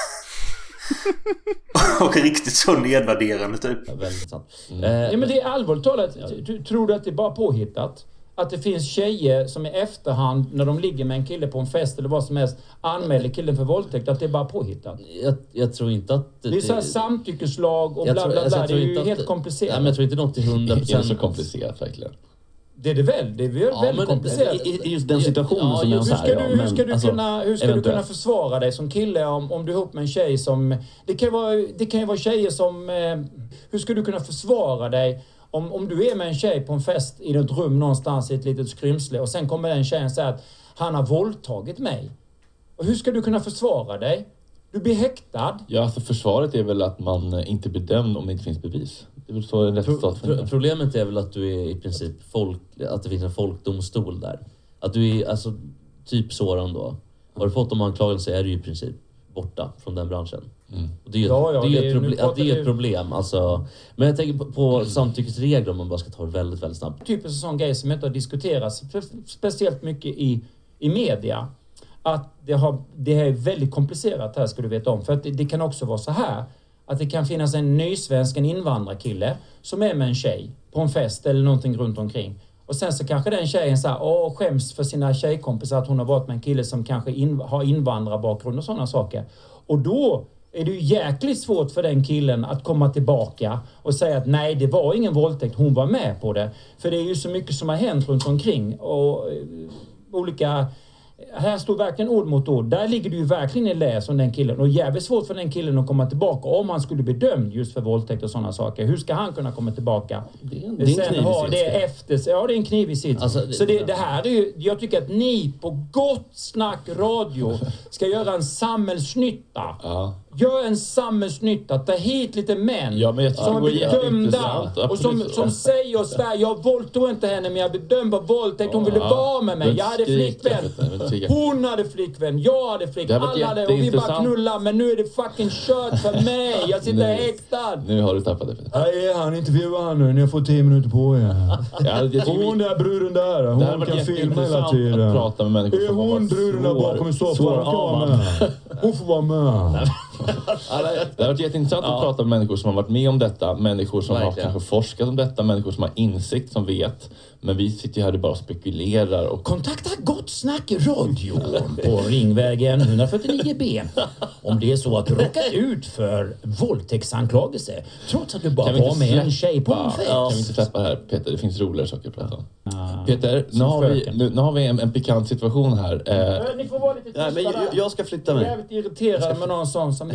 Och riktigt så nedvärderande typ. Ja, väldigt sant. Mm. Eh, ja, men det är allvarligt talat. Du, tror du att det är bara påhittat? Att det finns tjejer som i efterhand, när de ligger med en kille på en fest eller vad som helst, anmäler killen för våldtäkt, att det är bara påhittat? Jag, jag tror inte att... Det, det är så här samtyckeslag och bla bla bla. Alltså, det är ju helt att, komplicerat. Nej, men jag tror inte något till hundra procent. Det är så komplicerat verkligen. Det är det väl. Det är väl ja, väldigt komplicerat. I, I just den situationen ja, som jag hur ska här, du, ja, hur ska, du, alltså, kunna, hur ska du kunna försvara dig som kille om, om du är ihop med en tjej som... Det kan, vara, det kan ju vara tjejer som... Eh, hur ska du kunna försvara dig om, om du är med en tjej på en fest i ett rum någonstans i ett litet skrymsle och sen kommer den tjejen säga att han har våldtagit mig? Och hur ska du kunna försvara dig? Du blir häktad. Ja, alltså försvaret är väl att man inte blir dömd om det inte finns bevis. Det är väl så en rättsstat Pro- pro- Problemet är väl att du är i princip folk, att det finns en folkdomstol där. Att du är, alltså, typ sådan då. Har du fått de anklagelser är du i princip borta från den branschen. Mm. Och det är ju ja, ja, det är det, ett, proble- det är ett problem. Alltså, men jag tänker på, på mm. samtyckesregler, om man bara ska ta det väldigt, väldigt snabbt. Typ en sån grej som inte har diskuterats speciellt mycket i, i media. Att det, har, det är väldigt komplicerat här, ska du veta om. För att det, det kan också vara så här att det kan finnas en nysvensk, en invandrarkille som är med en tjej på en fest eller någonting runt omkring. Och sen så kanske den tjejen så här, åh, skäms för sina tjejkompisar att hon har varit med en kille som kanske in, har invandrarbakgrund och sådana saker. Och då är det ju jäkligt svårt för den killen att komma tillbaka och säga att nej, det var ingen våldtäkt, hon var med på det. För det är ju så mycket som har hänt runt omkring och uh, olika... Här står verkligen ord mot ord. Där ligger du ju verkligen i lä som den killen. Och jävligt svårt för den killen att komma tillbaka om han skulle bli dömd just för våldtäkt och sådana saker. Hur ska han kunna komma tillbaka? Det är en, det är en Sen ha det efter. Ja, det är en knivig sits. Alltså, det, så det, det här är ju... Jag tycker att ni på Gott Snack Radio ska göra en samhällsnytta. Ja. Gör en samhällsnytta. Ta hit lite män ja, men jag som är bedömda. Och som, som säger så här, jag våldtog inte henne men jag bedömde våldtäkt. Hon ville vara med mig. Jag hade flickvän. Hon hade flickvän. Jag hade flickvän. Alla hade. Och vi bara knullar. Men nu är det fucking kört för mig. Jag sitter nu, häktad. Nu har du tappat det. Nej, han intervjuar han nu. Ni har fått tio minuter på er. Ja, hon där bruden där. Hon kan filma hela tiden. Att prata med människor är hon bruden där bakom i soffan? Hon får vara med. Det har varit jätteintressant ja. att prata med människor som har varit med om detta. Människor som Verkligen. har kanske forskat om detta. Människor som har insikt, som vet. Men vi sitter här och bara spekulerar. Och... Kontakta Gott Snack Radio på Ringvägen ett fyra nio B. Om det är så att du råkat ut för våldtäktsanklagelse. Trots att du bara var med släppa? en tjej på en fest. Kan vi inte släppa här, Peter? Det finns roligare saker att prata om. Ah, Peter, nu har, vi, nu, nu har vi en, en pikant situation här. Eh... Ni får vara lite tysta. Nej, men jag, jag ska flytta mig. Jag är jävligt irriterad med någon sån som...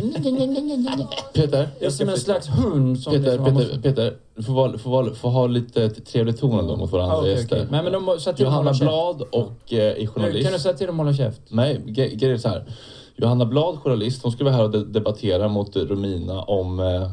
Peter, jag är som en slags hund som... Peter, liksom Peter, måste... Peter, du får, vara, får, vara, får ha lite trevlig ton då mot våra andra ah, okay, gäster. Okay. Men, men de, så Johanna Blad och eh, är journalist. Kan du säga till dem att hålla käft? Nej, grejen är så här. Johanna Blad, journalist, hon skulle vara här och de- debattera mot Romina om eh,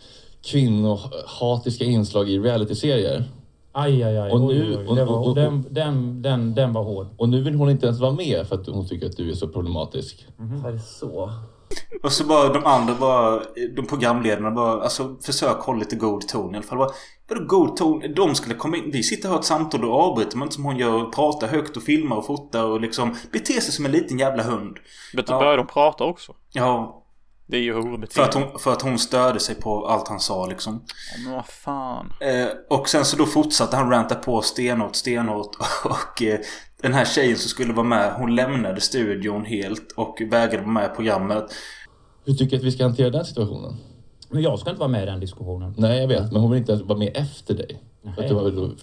kvinnohatiska inslag i realityserier. Aj, aj, aj. Och nu, oj, oj. Det var, och, och, den, den, den, den var hård. Och nu vill hon inte ens vara med för att hon tycker att du är så problematisk. Mm-hmm. Det är så... Och så bara de andra bara, de programledarna bara, alltså försök hålla lite god ton i alla fall. Bara, vadå god ton? De skulle komma in, vi sitter och har ett samtal och avbryter man inte som hon gör, pratar högt och filmar och fotar och liksom beter sig som en liten jävla hund. Vet du, ja. Börjar de prata också? Ja. Det är ju horbeteende. För att hon, för att hon störde sig på allt han sa liksom. Ja, men vad fan. Eh, och sen så då fortsatte han ranta på stenhårt, stenhårt och eh, den här tjejen som skulle vara med, hon lämnade studion helt och vägrade vara med i programmet. Hur tycker du att vi ska hantera den situationen? Men jag ska inte vara med i den diskussionen. Nej, jag vet, men hon vill inte vara med efter dig. För att du var väl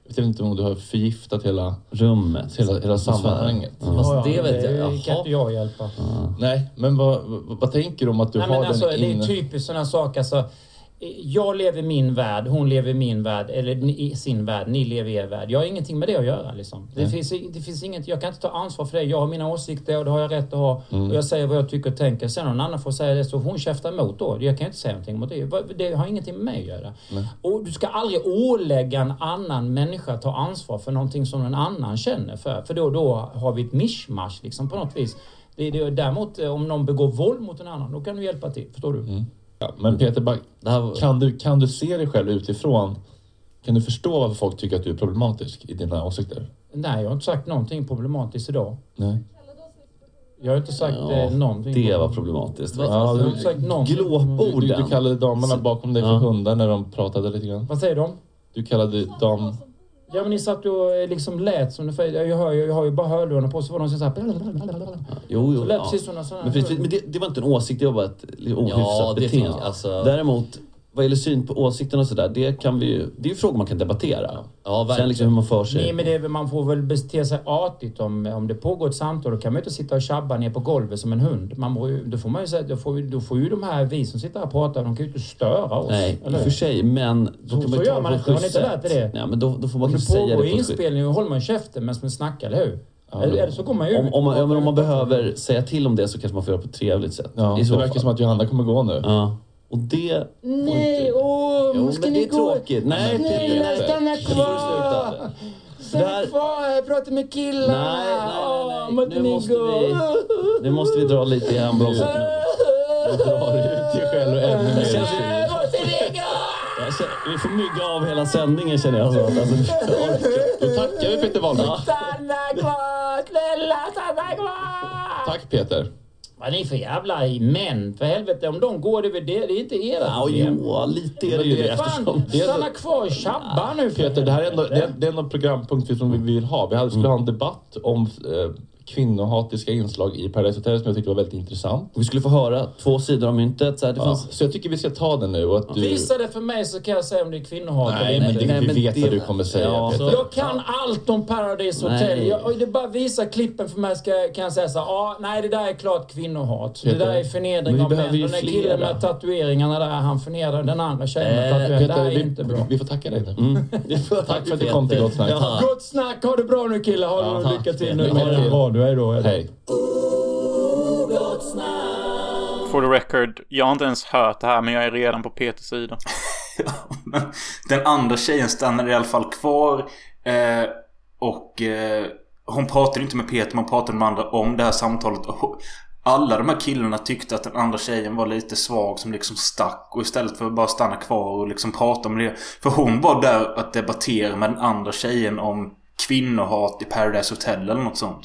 Jag vet inte om du har förgiftat hela rummet, hela, hela sammanhanget. Ja, ja, det vet jag. Det kan inte jag hjälpa. Ja. Nej, men vad, vad, vad tänker du om att du Nej, har men alltså, den det in... är typiskt sådana saker. Alltså, jag lever min värld, hon lever min värld, eller i sin värld, ni lever er värld. Jag har ingenting med det att göra. Liksom. Det, finns, det finns inget, jag kan inte ta ansvar för det. Jag har mina åsikter och det har jag rätt att ha. Mm. Och jag säger vad jag tycker och tänker. Sen någon annan får säga det, så hon käftar emot då. Jag kan inte säga någonting mot det. Det har ingenting med mig att göra. Mm. Och du ska aldrig ålägga en annan människa att ta ansvar för någonting som en annan känner för. För då, då har vi ett mischmasch liksom, på något vis. Det, det, däremot om någon begår våld mot en annan, då kan du hjälpa till. Förstår du? Mm. Ja, men Peter, var... kan, du, kan du se dig själv utifrån? Kan du förstå varför folk tycker att du är problematisk i dina åsikter? Nej, jag har inte sagt någonting problematiskt idag. Nej. Jag har inte sagt ja, eh, någonting. Det var problematiskt. Ja, jag har inte sagt någonting. Glåporden. Du, du kallade damerna bakom dig för ja. hundar när de pratade lite grann. Vad säger de? Du kallade dam... Ja, men ni satt och liksom lät som det. Jag, hör, jag har ju bara hörlurarna på, så var de så här... Jo, jo. Så lät ja. precis sådana, sådana. Men, precis, men det, det var inte en åsikt, det var bara ett ohyfsat ja, beteende. Alltså... Däremot, vad gäller syn på åsikterna och sådär, det kan vi ju... Det är ju frågor man kan debattera. Ja, verkligen. Sen liksom hur man för sig... Nej, men det, man får väl bete sig artigt om, om det pågår ett samtal. Då kan man inte sitta och tjabba ner på golvet som en hund. Man må, då får man ju säga, då får, då får ju de här, vi som sitter här och pratar, de kan ju inte störa oss. Nej, eller? för sig, men... Då så kan så man gör man inte, har ni inte lärt det? Nej, men då, då får man om inte säga det på... Om det pågår inspelning och håller man käften medan man snackar, eller hur? Ja, eller, eller så går man ju om, om, man, om, man, om man behöver säga till om det, så kanske man får göra på ett trevligt sätt. Ja, det verkar fall. Som att Johanna kommer gå nu. Ja. Och det... Nej, åh, jo, ska men ni det är gå? tråkigt. Nej, nej, nej, stanna kvar! Stanna kvar, jag pratar med killar! Nej, nej, nej, nej. Nu, nu, måste vi, nu måste vi dra lite i handbromsen. Nu drar du ut dig själv och ännu mer. Vi får mygga av hela sändningen, känner jag. Alltså, då tackar vi Peter Wahlbeck. Stanna kvar, snälla, stanna kvar! Tack Peter. Vad är ni för jävla män? För helvete, om de går, det är det, det är inte era ja, problem. Jo, lite är det ju det. Eftersom... Stanna kvar och tjabba nu. Peter, det här är ändå, det är, det är en programpunkt som vi vill ha. Vi hade, skulle ha en debatt om eh, kvinnohatiska inslag i Paradise Hotel som jag tyckte var väldigt intressant. Vi skulle få höra två sidor av myntet. Så, här, det ja, fanns... så jag tycker vi ska ta den nu. Och att du... Visa det för mig så kan jag säga om det är kvinnohat. Nej, men det, nej, vi men vet det... vad du kommer säga. Ja, Peter. Jag kan allt om Paradise Hotel. Jag, det bara visa klippen för mig, ska, kan jag säga så här, ah, nej det där är klart kvinnohat. Peter, det där är förnedring av män. Den där killen med tatueringarna där, han förnedrar den andra tjejen med tatueringar. Det där är vi, inte bra. Vi får tacka dig nu. Mm. Tack för att du kom till Gott Snack. Ja. Gott snack, ha det bra nu killar. Ha ja, lycka till nu med den radio. Hej då. Hej. For the record, jag har inte ens hört det här, men jag är redan på Peters sida. Ja, men den andra tjejen stannar i alla fall kvar eh, och eh, hon pratade inte med Peter, man pratade med andra om det här samtalet. Och alla de här killarna tyckte att den andra tjejen var lite svag som liksom stack, och istället för att bara stanna kvar och liksom prata om det, för hon var där att debattera med den andra tjejen om kvinnohat i Paradise Hotel eller något sånt.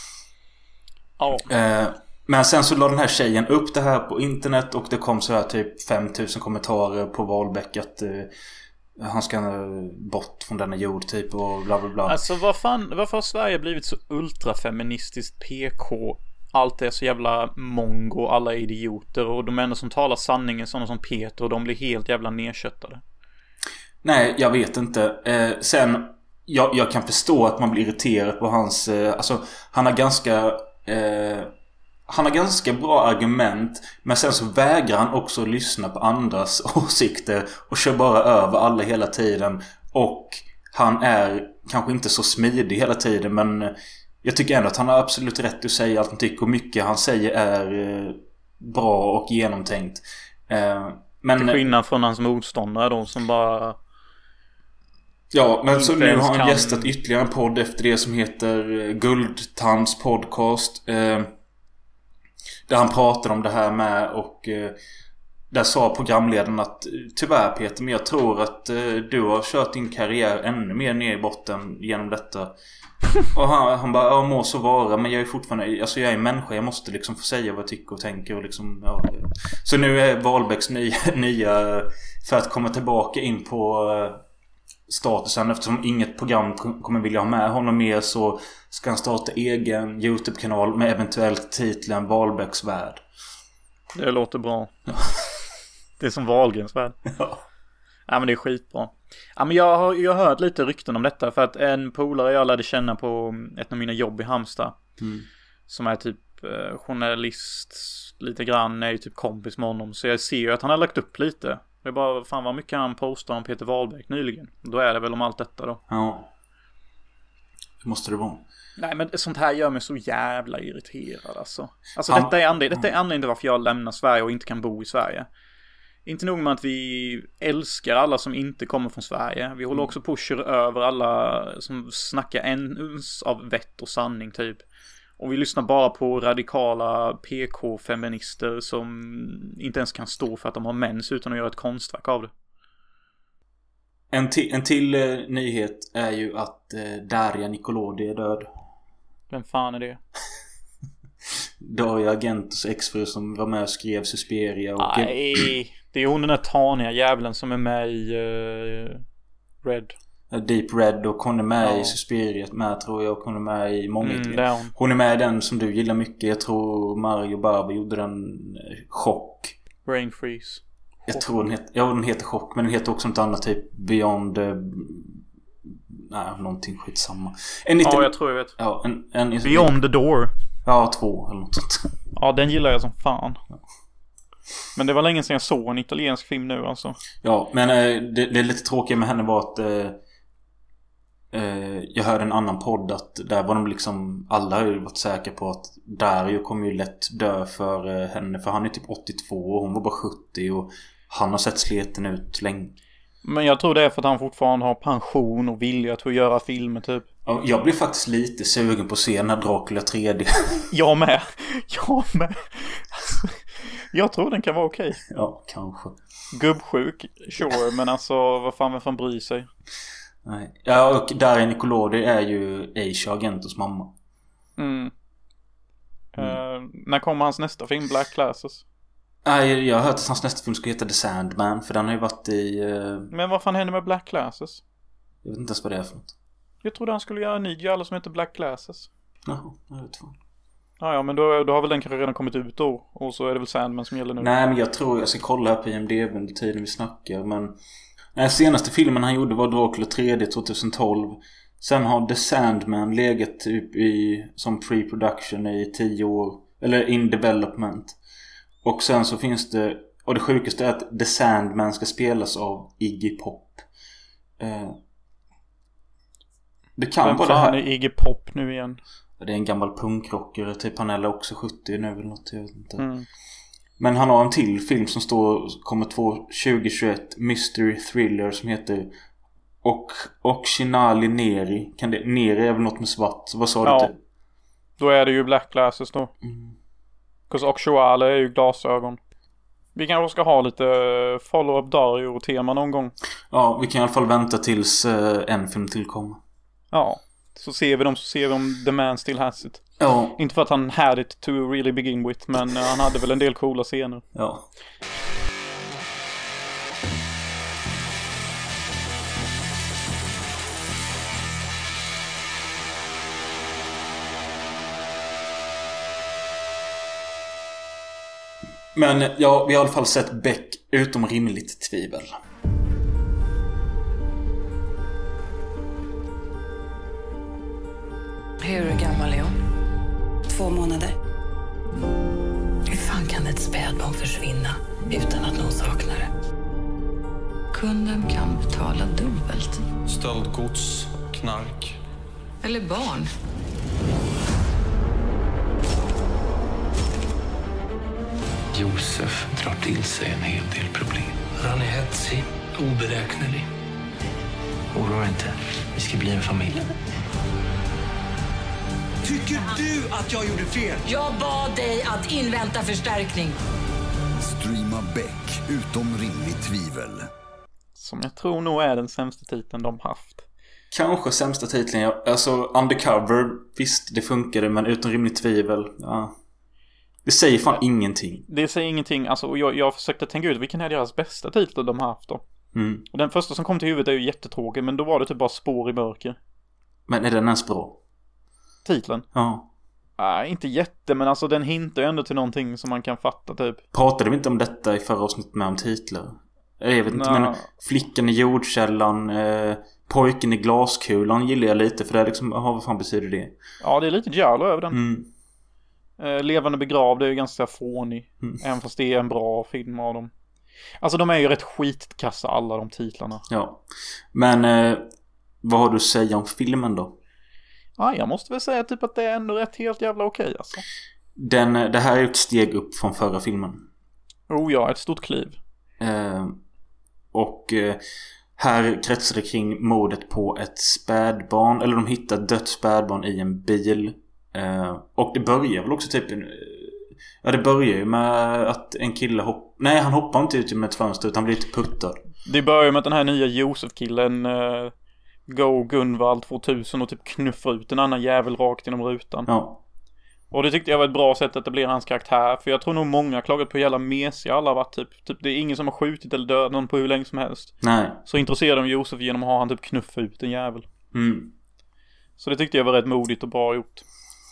Ja. Eh, men sen så la den här tjejen upp det här på internet och det kom så här typ fem tusen kommentarer på Wahlbeck att eh, han ska bort från denna jord typ och bla bla bla. Alltså vad fan, varför har Sverige blivit så ultrafeministiskt P K? Allt är så jävla mongo, alla är idioter, och de enda som talar sanningen sådana som Peter, och de blir helt jävla nedköttade. Nej, jag vet inte. Eh, sen, jag, jag kan förstå att man blir irriterad på hans... Eh, alltså, han har ganska... Eh, han har ganska bra argument, men sen så vägrar han också lyssna på andras åsikter och kör bara över alla hela tiden. Och han är kanske inte så smidig hela tiden, men jag tycker ändå att han har absolut rätt att säga allt han tycker, och mycket han säger är eh, bra och genomtänkt. Eh, men, till skillnad från hans motståndare då, som bara... Ja, men så nu har han kan... gästat ytterligare en podd efter det som heter Guldtands podcast. Eh, där han pratar om det här med, och eh, där sa programledaren att tyvärr Peter, men jag tror att eh, du har kört din karriär ännu mer ner i botten genom detta. Och han, han bara, ja, må så vara, men jag är fortfarande, alltså jag är människa, jag måste liksom få säga vad jag tycker och tänker och liksom, ja. Så nu är Wahlbecks nya, nya för att komma tillbaka in på eh, statusen, eftersom inget program kommer vilja ha med honom mer, så ska han starta egen YouTube-kanal med eventuellt titeln Wahlbecks värld. Det låter bra. Det är som Wahlgrens värld. Ja. Ja, men det är skitbra. Ja, men jag har, jag har hört lite rykten om detta. För att en polare jag lärde känna på ett av mina jobb i Halmstad. Mm. Som är typ eh, journalist lite grann. Är ju typ kompis med honom. Så jag ser ju att han har lagt upp lite. Det är bara, fan vad mycket han postar om Peter Wahlbeck nyligen. Då är det väl om allt detta då. Ja. Det måste det vara. Nej, men sånt här gör mig så jävla irriterad alltså. Alltså han... detta, är anled- detta är anledningen till varför jag lämnar Sverige och inte kan bo i Sverige. Inte nog med att vi älskar alla som inte kommer från Sverige. Vi håller också på att köra över alla som snackar en uns av vett och sanning typ. Och vi lyssnar bara på radikala P K-feminister som inte ens kan stå för att de har mens utan att göra ett konstverk av det. En, t- en till eh, nyhet är ju att eh, Daria Nicolodi är död. Vem fan är det? Daria Argentos exfru som var med och skrev Suspiria. Och Nej, det är hon den där taniga jävlen som är med i uh, Red. Deep Red, och hon är med ja. i Suspiria med, tror jag, och hon är med i många mm, är hon. hon är med i den som du gillar mycket. Jag tror Mario Barber gjorde den Chock. Brain Freeze. Jag tror den heter, ja, den heter Chock, men den heter också något annat, typ Beyond eh, nej, någonting skitsamma. En ja, jag tror jag vet. Ja, en, en, en, Beyond the Door. Ja, två eller något sånt. Ja, den gillar jag som fan. Ja. Men det var länge sedan jag såg en italiensk film nu alltså. Ja, men eh, det, det är lite tråkigt med henne var att eh, eh, jag hörde en annan podd att där var de liksom, alla har ju varit säkra på att Dario kommer ju lätt dö för eh, henne, för han är typ åttiotvå och hon var bara sjuttio och han har sett sleten ut länge. Men jag tror det är för att han fortfarande har pension och vilja att göra filmer typ. Ja, jag blir faktiskt lite sugen på att se den här Dracula tre D. Jag med. Jag med. Alltså, jag tror den kan vara okej. Okay. Ja, kanske. Gubbsjuk, sure, men alltså vad fan, vem fan bryr sig? Nej. Ja, och Daria Nicolodi är ju Asia Argentos mamma. Mm. mm. Uh, när kommer hans nästa film, Black Classes? Nej, jag har hört att hans nästa film ska heta The Sandman, för den har ju varit i... Uh... Men vad fan händer med Black Classes? Jag vet inte ens vad det är för något. Jag trodde han skulle göra en ny jävla som heter Black Classes. Jaha, jag vet fan. Ja, ja, men då, då har väl den kanske redan kommit ut då. Och så är det väl Sandman som gäller nu. Nej, men jag tror jag ska kolla här på I M D B under tiden vi snackar. Men den senaste filmen han gjorde var Dracula tre D tjugohundratolv. Sen har The Sandman legat typ i, som pre-production i tio år. Eller in development. Och sen så finns det, och det sjukaste är att The Sandman ska spelas av Iggy Pop. Eh, det kan Vem vara det här. är Iggy Pop nu igen? Det är en gammal punkrockare, typ han är också sjuttio nu eller något, jag vet inte. Mm. Men han har en till film som står, kommer två tjugohundratjugoett, Mystery Thriller, som heter och Ochinali Neri. Kan det, Neri är väl något med svart, vad sa ja. du till? Då är det ju Black Glasses då. Mm. Because Ochinali är ju glasögon. Vi kanske ska ha lite follow-up Dario-tema någon gång. Ja, vi kan i alla fall vänta tills uh, en film tillkommer. Ja, så ser vi dem, så ser vi om The Man Still Has It. Ja. Inte för att han had it to really begin with, men uh, han hade väl en del coola scener. Ja. Men ja, vi har i alla fall sett Beck utom rimligt tvivel. Hur gammal är hon? Två månader. Hur fan kan ett spädbarn försvinna utan att någon saknar det? Kunden kan betala dubbelt. Stöldgods, knark. Eller barn. Josef drar till sig en hel del problem. Han är hetsig, oberäknelig. Oroa inte, vi ska bli en familj. Tycker du att jag gjorde fel? Jag bad dig att invänta förstärkning. Streama Beck utom rimligt tvivel. Som jag tror nog är den sämsta titeln de haft. Kanske sämsta titeln, ja. Alltså Undercover, visst det funkade, men utom rimligt tvivel, ja. Det säger fan ja. ingenting. Det säger ingenting, alltså, och jag, jag försökte tänka ut vilken är deras bästa titel de har haft då. Mm. Och den första som kom till huvudet är ju jättetråkig, men då var det typ bara spår i mörker. Men är den ens bra? Titeln? Ja. Nej, inte jätte, men alltså den hintar ju ändå till någonting som man kan fatta typ. Pratade vi inte om detta i förra avsnittet med om titlar? Jag vet inte, Nå. men Flickan i jordkällan, eh, Pojken i glaskulan gillar jag lite. För det är liksom, aha, vad fan betyder det? Ja, det är lite giallo över den. Mm. Eh, Levande begravd är ju ganska fånig. Mm. Även fast det är en bra film av dem. Alltså de är ju rätt skitkassa alla de titlarna. Ja. Men eh, vad har du att säga om filmen då? Ja, jag måste väl säga typ att det är ändå rätt helt jävla okej alltså. Den, det här är ett steg upp från förra filmen. Oh ja, ett stort kliv. Eh, och eh, här kretsar det kring mordet på ett spädbarn. Eller de hittar ett dött spädbarn i en bil. eh, Och det börjar väl också typ en, ja, det börjar ju med att en kille hopp... Nej, han hoppar inte ut med ett fönster utan blir lite puttad. Det börjar med att den här nya Josef-killen uh, Go Gunvald tvåtusen och typ knuffar ut en annan jävel rakt genom rutan. Ja. Och det tyckte jag var ett bra sätt att det blir hans karaktär. För jag tror nog många har klagat på hur jävla mesiga alla har varit typ. typ. Det är ingen som har skjutit eller dödat någon på hur länge som helst. Nej. Så intresserade de Josef genom att ha han typ knuffa ut en jävel. Mm. Så det tyckte jag var rätt modigt och bra gjort.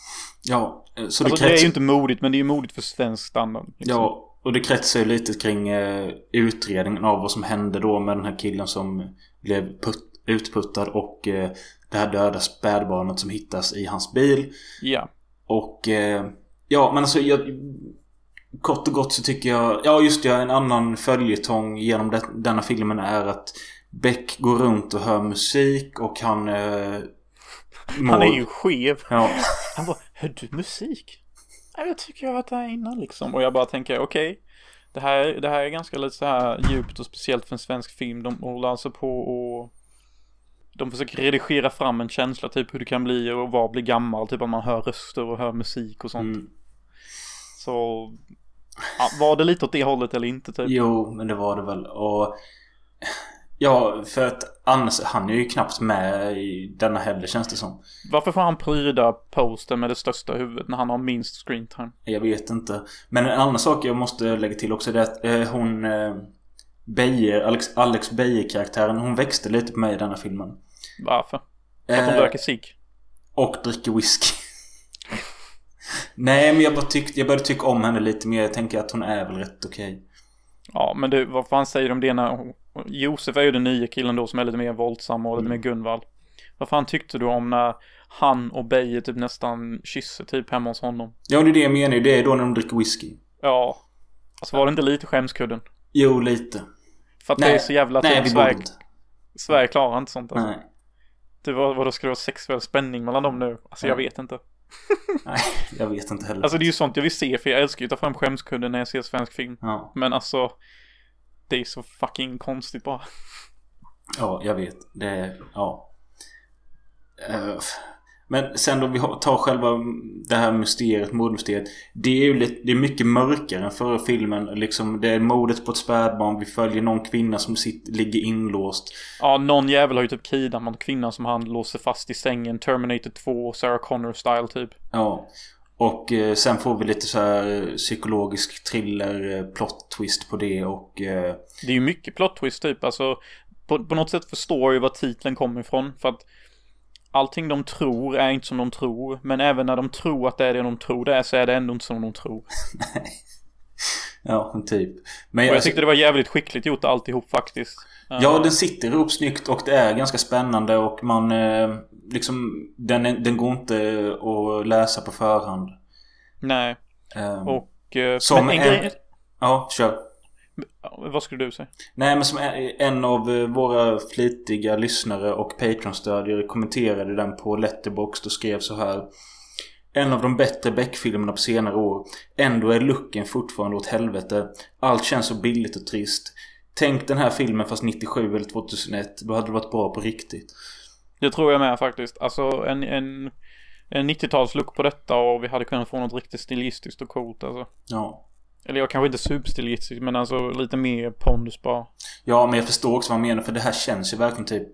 Ja, så det, alltså, krets... det är ju inte modigt, men det är ju modigt för svensk standard. Liksom. Ja, och det kretsar ju lite kring eh, utredningen av vad som hände då med den här killen som blev put- utputtad och eh, det här döda spädbarnet som hittas i hans bil. Ja. Och eh, ja, men alltså jag, kort och gott så tycker jag, ja just det, en annan följetong genom det, denna filmen är att Beck går runt och hör musik och han eh, mår... Han är ju skev. Ja. Han bara, hör du musik? Ja, jag tycker jag har varit där innan liksom. Och jag bara tänker, okej okay, det, här, det här är ganska lite så här djupt och speciellt för en svensk film. De håller alltså på och de försöker redigera fram en känsla typ hur det kan bli och vad bli gammal. Typ att man hör röster och hör musik och sånt. Mm. Så ja, var det lite åt det hållet eller inte typ? Jo, men det var det väl. Och ja, för att annars, han är ju knappt med i denna heller känns det som. Varför får han pryda posten med det största huvudet när han har minst screen time? Jag vet inte. Men en annan sak jag måste lägga till också är att eh, hon eh, Beijer, Alex, Alex Beijer-karaktären, hon växte lite på mig i denna filmen. Varför? För att hon eh, röker cigg? Och dricker whisky. Nej, men jag bara tyckte, jag började tycka om henne lite mer. Jag tänker att hon är väl rätt okej. Okay. Ja, men du, vad fan säger de om det när Josef är ju den nya killen då som är lite mer våldsam och lite mm. mer Gunvald. Vad fan tyckte du om när han och Beijer typ nästan kysser typ hemma hos honom? Ja, det är det jag menar. Det är då när de dricker whisky. Ja. Alltså var det inte lite skämskudden? Jo, lite. För att nej, det är så jävla nej, typ Sverige, Sverige klarar inte sånt alltså. Nej. Det var, vad då ska det vara sexuell spänning mellan dem nu? Alltså nej. Jag vet inte. Nej, jag vet inte heller. Alltså det är ju sånt jag vill se, för jag älskar ju att ta fram skämskudden när jag ser svensk film. Ja. Men alltså det är så fucking konstigt bara. Ja, jag vet. Det är, ja. Uh, men sen då vi tar själva det här mysteriet, mordmysteriet. Det är ju lite, det är mycket mörkare än förra filmen. Liksom, det är mordet på ett spädbarn. Vi följer någon kvinna som sitter, ligger inlåst. Ja, någon jävel har ju typ kidnappat en kvinna som han låser fast i sängen. Terminator två, Sarah Connor style typ. Ja. Och eh, sen får vi lite så här psykologisk thriller, eh, plot twist på det och eh... det är ju mycket plot twist typ. Alltså på, på något sätt förstår ju vad titeln kommer ifrån. För att allting de tror är inte som de tror. Men även när de tror att det är det de tror det är, så är det ändå inte som de tror. Nej. Ja, typ. Men jag, jag alltså, tyckte det var jävligt skickligt gjort alltihop faktiskt. Ja, den sitter ihop snyggt och det är ganska spännande och man eh, liksom den, den går inte att läsa på förhand. Nej. Um, och eh, som men en, en grej... Ja, kör. Vad skulle du säga? Nej, men som en av våra flitiga lyssnare och Patreon-stödjare kommenterade den på Letterboxd och skrev så här: en av de bättre Beck-filmerna på senare år. Ändå är looken fortfarande åt helvete. Allt känns så billigt och trist. Tänk den här filmen fast nittiosju eller tvåtusenett. Då hade det varit bra på riktigt. Det tror jag med faktiskt. Alltså en, en, en nittio-talslook på detta och vi hade kunnat få något riktigt stilistiskt och coolt alltså. Ja. Eller jag kanske inte superstilistiskt, men alltså lite mer pondus bara. Ja, men jag förstår också vad man menar, för det här känns ju verkligen typ,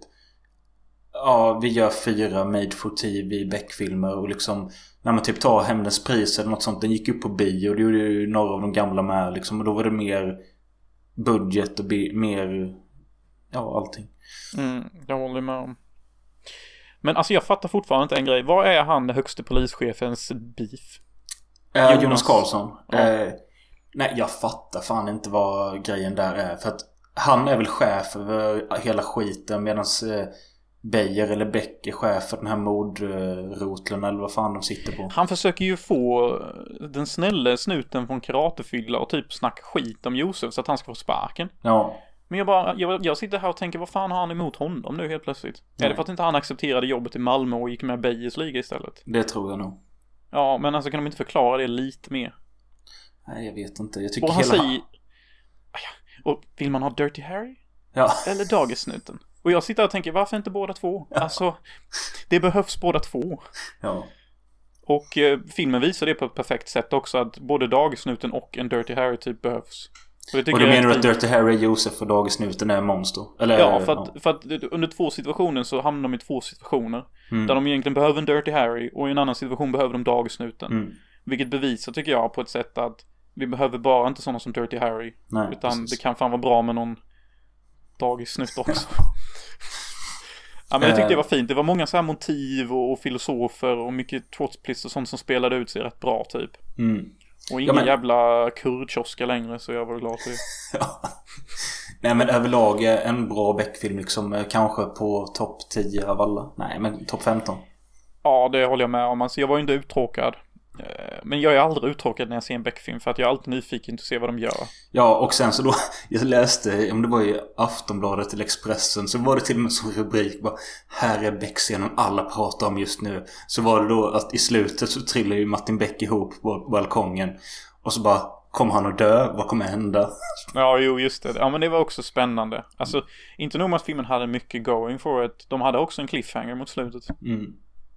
ja, vi gör fyra made for T V Beck-filmer och liksom när man typ tar Hämndens pris eller något sånt, den gick upp på bio och det gjorde ju några av de gamla med liksom, och då var det mer budget och be- mer, ja, allting. Mm, jag håller med om. Men alltså jag fattar fortfarande inte en grej. Vad är han, den högste polischefens beef? Eh, Jonas, Jonas Karlsson. Ja. Eh, nej, jag fattar fan inte vad grejen där är. För att han är väl chef över hela skiten medan eh, Beijer eller Beck är chef för den här mordroteln eller vad fan de sitter på. Han försöker ju få den snälla snuten från karatefylla och typ snacka skit om Josef så att han ska få sparken. Ja. Men jag bara, jag, jag sitter här och tänker, vad fan har han emot honom nu helt plötsligt? Nej. Är det för att inte han accepterade jobbet i Malmö och gick med Beijers liga istället? Det tror jag nog. Ja, men alltså kan de inte förklara det lite mer? Nej, jag vet inte. Jag tycker och han hela... säger... Och vill man ha Dirty Harry? Ja. Eller Dagissnuten? Och jag sitter och tänker, varför inte båda två? Ja. Alltså, det behövs båda två. Ja. Och eh, filmen visar det på ett perfekt sätt också, att både Dagissnuten och en Dirty Harry typ behövs. Och, och du menar att Dirty Harry, Josef och Dagissnuten är monster? Eller, ja, för att, ja. för att under två situationer så hamnar de i två situationer. Mm. Där de egentligen behöver en Dirty Harry och i en annan situation behöver de Dagissnuten. Mm. Vilket bevisar, tycker jag, på ett sätt att vi behöver bara inte sådana som Dirty Harry. Nej, utan precis. Det kan fan vara bra med någon Dagissnut också. Ja, men jag tyckte det var fint. Det var många så här motiv och, och filosofer och mycket trotsplist och sånt som spelade ut sig rätt bra typ. Mm. Och ingen ja, men... jävla kurdkioska längre, så jag var glad för det. Ja. Nej, men överlag en bra Beck-film liksom, kanske på topp tio av alla. Nej, men topp femton. Ja, det håller jag med om. Alltså, jag var ju inte uttråkad. Men jag är aldrig uttråkad när jag ser en Beck-film, för att jag är alltid nyfiken att se vad de gör. Ja, och sen så då jag läste, om det var i Aftonbladet eller Expressen, så var det till och med som rubrik bara, här är Beck-scenen alla pratar om just nu. Så var det då att i slutet så trillar ju Martin Beck ihop på balkongen. Och så bara, kommer han att dö? Vad kommer hända? Ja, jo, just det. Ja, men det var också spännande. Alltså, mm. inte nog med att filmen hade mycket going for it. De hade också en cliffhanger mot slutet. Mm.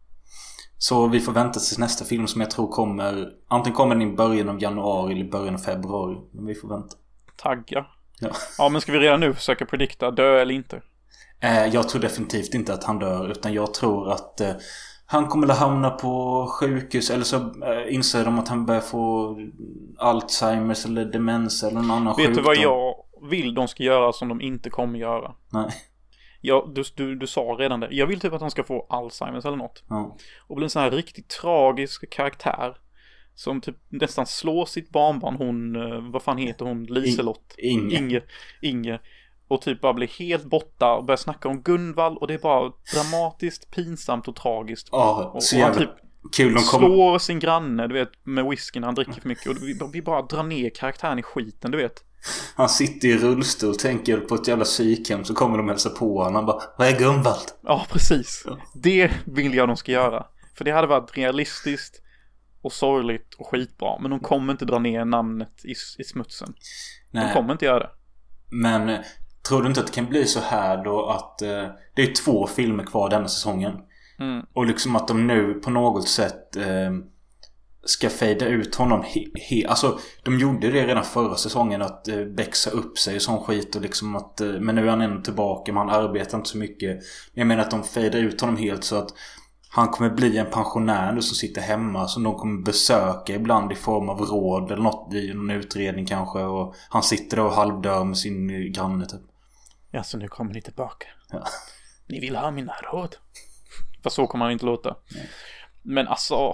Så vi får vänta till nästa film som jag tror kommer, antingen kommer den i början av januari eller början av februari. Men vi får vänta. Tagga. Ja, ja, men ska vi redan nu försöka predikta dö eller inte? Eh, jag tror definitivt inte att han dör, utan jag tror att eh, han kommer att hamna på sjukhus, eller så eh, inser de att han börjar få Alzheimers eller demens eller någon annan sjukdom. Vet du vad jag vill de ska göra som de inte kommer göra? Nej. Ja, du, du, du sa redan det. Jag vill typ att han ska få Alzheimers eller något. Ja. Och bli en sån här riktigt tragisk karaktär som typ nästan slår sitt barnbarn. Hon, vad fan heter hon? Liselott. Inge. Inge. Inge. Och typ bara blir helt borta och börjar snacka om Gunvald. Och det är bara dramatiskt, pinsamt och tragiskt. Ja, och, så och jävla han typ kul. De kom... slår sin granne, du vet, med whiskyn när han dricker för mycket. Och vi, vi bara drar ner karaktären i skiten, du vet. Han sitter i rullstol, tänker på ett jävla psykhem, så kommer de hälsa på honom. Han bara, vad är Gunvald? Ja, precis. Ja. Det vill jag de ska göra. För det hade varit realistiskt och sorgligt och skitbra. Men de kommer inte dra ner namnet i, i smutsen. Nej. De kommer inte göra det. Men tror du inte att det kan bli så här då att eh, det är två filmer kvar denna säsongen? Mm. Och liksom att de nu på något sätt eh, ska fejda ut honom he- he- alltså de gjorde det redan förra säsongen, att eh, växa upp sig och sån skit, och liksom att eh, men nu är han ändå tillbaka, man arbetar inte så mycket. Men jag menar att de fejdar ut honom helt, så att han kommer bli en pensionär nu som sitter hemma, som de kommer besöka ibland i form av råd eller något i en utredning kanske, och han sitter där och halvdör med sin granne typ. Ja, så nu kommer ni tillbaka. Ja. Ni vill ha mina råd. För så kommer han inte låta. Nej. Men alltså,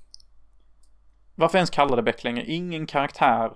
varför ens kalla det Beck längre? Ingen karaktär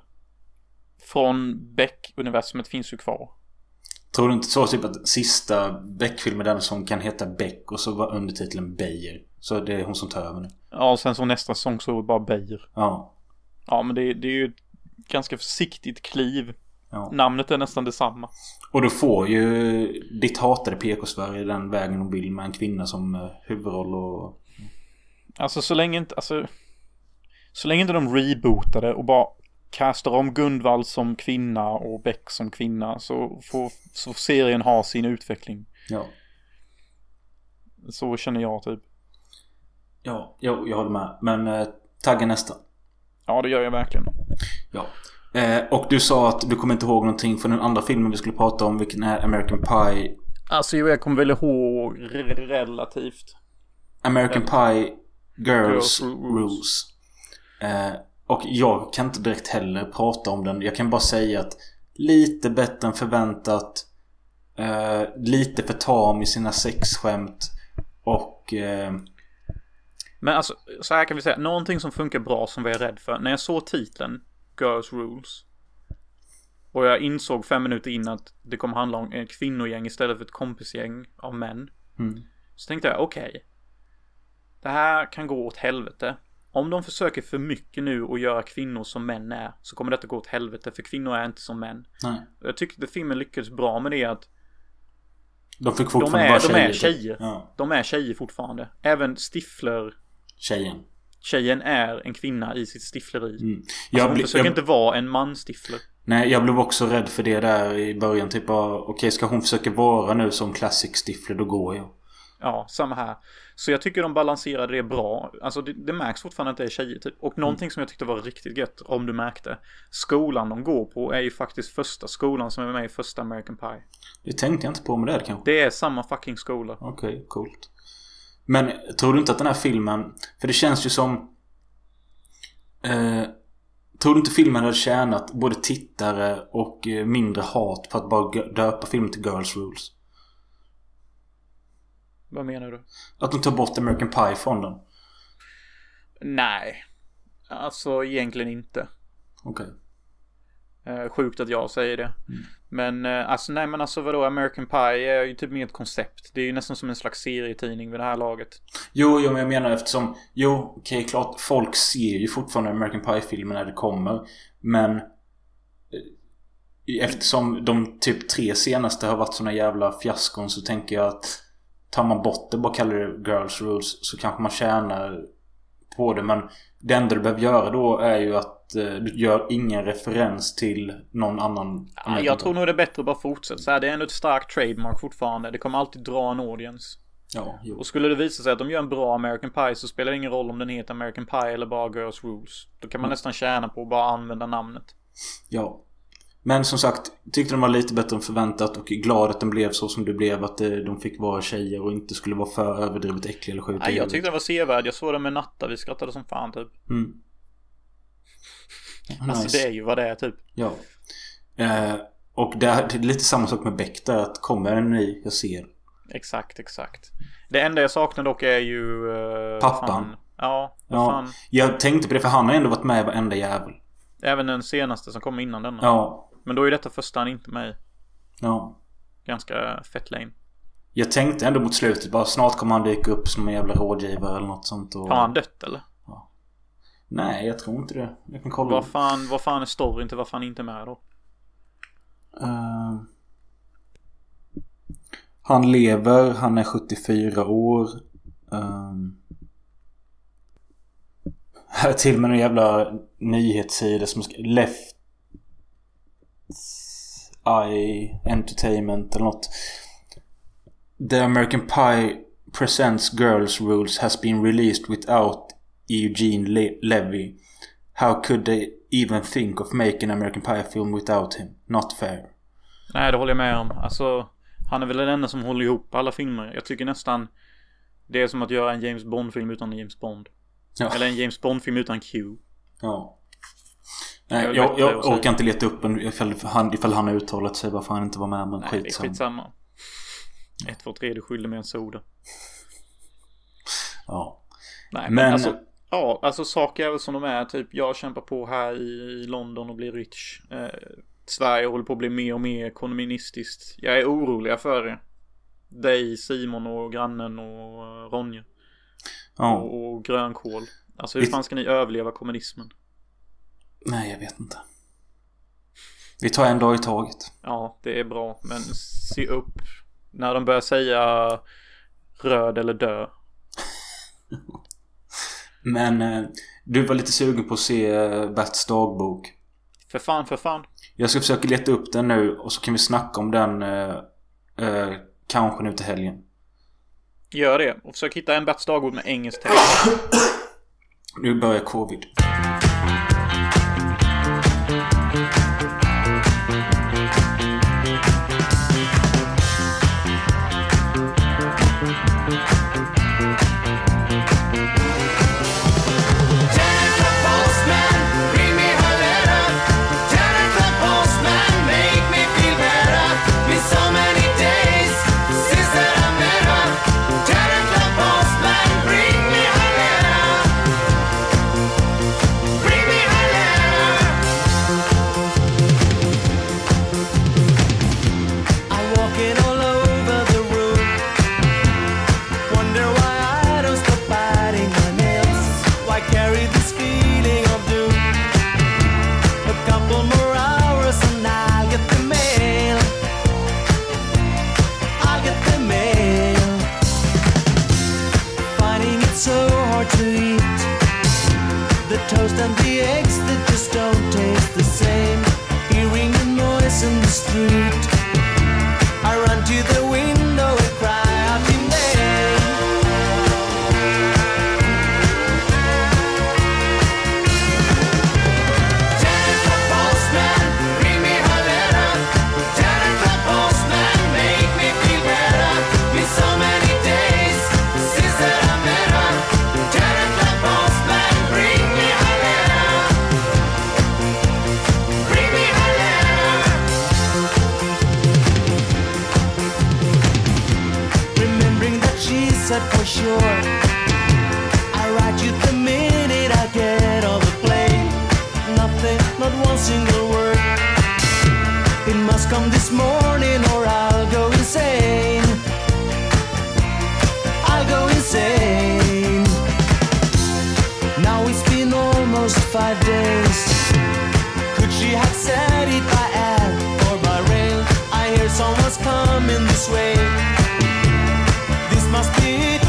från Beck-universumet finns ju kvar. Tror du inte så typ att sista Beck-filmen den som kan heta Beck och så var undertiteln Beijer? Så det är hon som tar över nu. Ja, och sen så nästa sång så bara Beijer. Ja. Ja, men det, det är ju ett ganska försiktigt kliv. Ja. Namnet är nästan detsamma. Och då får ju ditt hatade P K-Sverige den vägen de vill, med en kvinna som huvudroll och... Alltså så länge inte, alltså så länge inte de rebootade och bara kastar om Gunvald som kvinna och Beck som kvinna, så får så serien ha sin utveckling. Ja. Så känner jag typ. Ja, jag, jag håller med. Men eh, tagga nästa. Ja, det gör jag verkligen. Ja. Eh, och du sa att du kommer inte ihåg någonting från den andra filmen vi skulle prata om, vilken är American Pie. Alltså jag kommer väl ihåg relativt. American Pie Girls, Girls Rules. Eh, och jag kan inte direkt heller prata om den. Jag kan bara säga att lite bättre än förväntat. Eh, lite för tam i sina sexskämt. Och... Eh... Men alltså, så här kan vi säga. Någonting som funkar bra som vi är rädd för. När jag såg titeln Girls Rules Och jag insåg fem minuter in att det kommer handla om en kvinnogäng istället för ett kompisgäng av män. Mm. Så tänkte jag, okej. Okay, det här kan gå åt helvete. Om de försöker för mycket nu och göra kvinnor som män är, så kommer detta gå åt helvete, för kvinnor är inte som män. Nej. Jag tyckte att filmen lyckades bra med det, att de fick fortfarande de är, bara de tjejer. är tjejer. Ja. De är tjejer fortfarande. Även Stifler Tjejen. Tjejen är en kvinna i sitt stifleri. Mm. Jag alltså, hon bli, försöker jag... inte vara en manstifler. Nej, jag blev också rädd för det där i början. Typ, okej, okay, ska hon försöka vara nu som classic stifler, då går jag. Ja, samma här. Så jag tycker de balanserade det bra. Alltså det, det märks fortfarande att det är tjejer typ. Och någonting mm. som jag tyckte var riktigt gött, om du märkte. Skolan de går på är ju faktiskt första skolan som är med i första American Pie. Det tänkte jag inte på med det kanske. Det är samma fucking skola. Okej, okay, coolt. Men tror du inte att den här filmen... För det känns ju som... Eh, tror du inte filmen hade tjänat både tittare och eh, mindre hat på att bara döpa filmen till Girls Rules? Vad menar du? Att de tar bort American Pie från den? Nej. Alltså egentligen inte. Okej. Okay. Eh, sjukt att jag säger det. Mm. Men eh, alltså nej men alltså vadå, American Pie är ju typ mer ett koncept. Det är ju nästan som en slags serietidning vid det här laget. Jo, jo men jag menar eftersom... Jo, okej okay, klart. Folk ser ju fortfarande American Pie-filmen när det kommer. Men... Eh, eftersom de typ tre senaste har varit såna jävla fiaskon, så tänker jag att... Tar man bort det, bara kallar det Girls Rules, så kanske man tjänar på det. Men det enda du behöver göra då är ju att eh, du gör ingen referens till någon annan. Ja, jag tror nog det är bättre att bara fortsätta så här. Det är ändå ett starkt trademark fortfarande. Det kommer alltid dra en audience. Ja, jo. Och skulle det visa sig att de gör en bra American Pie, så spelar det ingen roll om den heter American Pie eller bara Girls Rules. Då kan man mm. nästan tjäna på att bara använda namnet. Ja. Men som sagt, tyckte de var lite bättre än förväntat, och glad att den blev så som det blev, att de fick vara tjejer och inte skulle vara för överdrivet äckliga eller skjuta. Nej, jag tyckte den var sevärd. Jag såg den med Natta, vi skrattade som fan typ. Mm. Ja, alltså nice. Det är ju vad det är typ. Ja. Eh, och det är lite samma sak med Beck där, att kommer en ny, jag ser. Exakt, exakt. Det enda jag saknar dock är ju uh, pappan. Fan. Ja, ja. Fan. Jag tänkte på det, för han har ändå varit med i varenda jävel. Även den senaste som kom innan denna. Ja. Men då är detta första han inte med. Ja. Ganska fett lame. Jag tänkte ändå mot slutet, bara snart kommer han dyka upp som en jävla rådgivare eller något sånt. Och... Har han dött eller? Ja. Nej, jag tror inte det. Jag kan kolla. Vad fan, vad fan är storyn till varför han inte är med då? Uh... Han lever, han är sjuttiofyra år. Um... Här till med en jävla nyhetssida som ska... Left Eye Entertainment eller något. The American Pie Presents Girls Rules has been released without Eugene Le- Levy. How could they even think of making an American Pie film without him? Not fair. Nej, det håller jag med om. Alltså, han är väl den enda som håller ihop alla filmer. Jag tycker nästan det är som att göra en James Bond-film utan James Bond. Ja. Eller en James Bond-film utan Q. Ja. Nej, jag, jag, jag orkar inte leta upp en, ifall, han, ifall han har uttalat sig varför han inte var med. Men nej, skit det är skitsamma. Ett, två, tre, du skyller med en soda. Ja. Nej, men, men alltså, ja, alltså saker är väl som de är. Typ, jag kämpar på här i, i London och blir rich. Eh, Sverige håller på att bli mer och mer kommunistiskt. Jag är orolig för det. Dig, Simon och grannen och uh, Ronja. Ja. Och, och grönkål. Alltså hur fan ska ni överleva kommunismen? Nej, jag vet inte. Vi tar en dag i taget. Ja, det är bra. Men se upp när de börjar säga röd eller dö. Men eh, du var lite sugen på att se eh, Berts dagbok. För fan, för fan. Jag ska försöka leta upp den nu, och så kan vi snacka om den eh, eh, kanske nu till helgen. Gör det. Och försök hitta en Berts dagbok med engelsk text. Nu börjar covid. the eggs that just don't taste the same. Hearing the noise in the street, I run to the window and cry out your name. Janet the postman, bring me her letter. Janet the postman, make me feel better. Been so many days since that I met her. Janet the postman, bring me her letter. Bring me her letter. Remembering that she said for sure, I write you the minute I get on the plane. Nothing, not one single word. It must come this morning or I'll go insane. I'll go insane. Now it's been almost five days. Could she have said it by air or by rail? I hear someone's coming this way. This must be it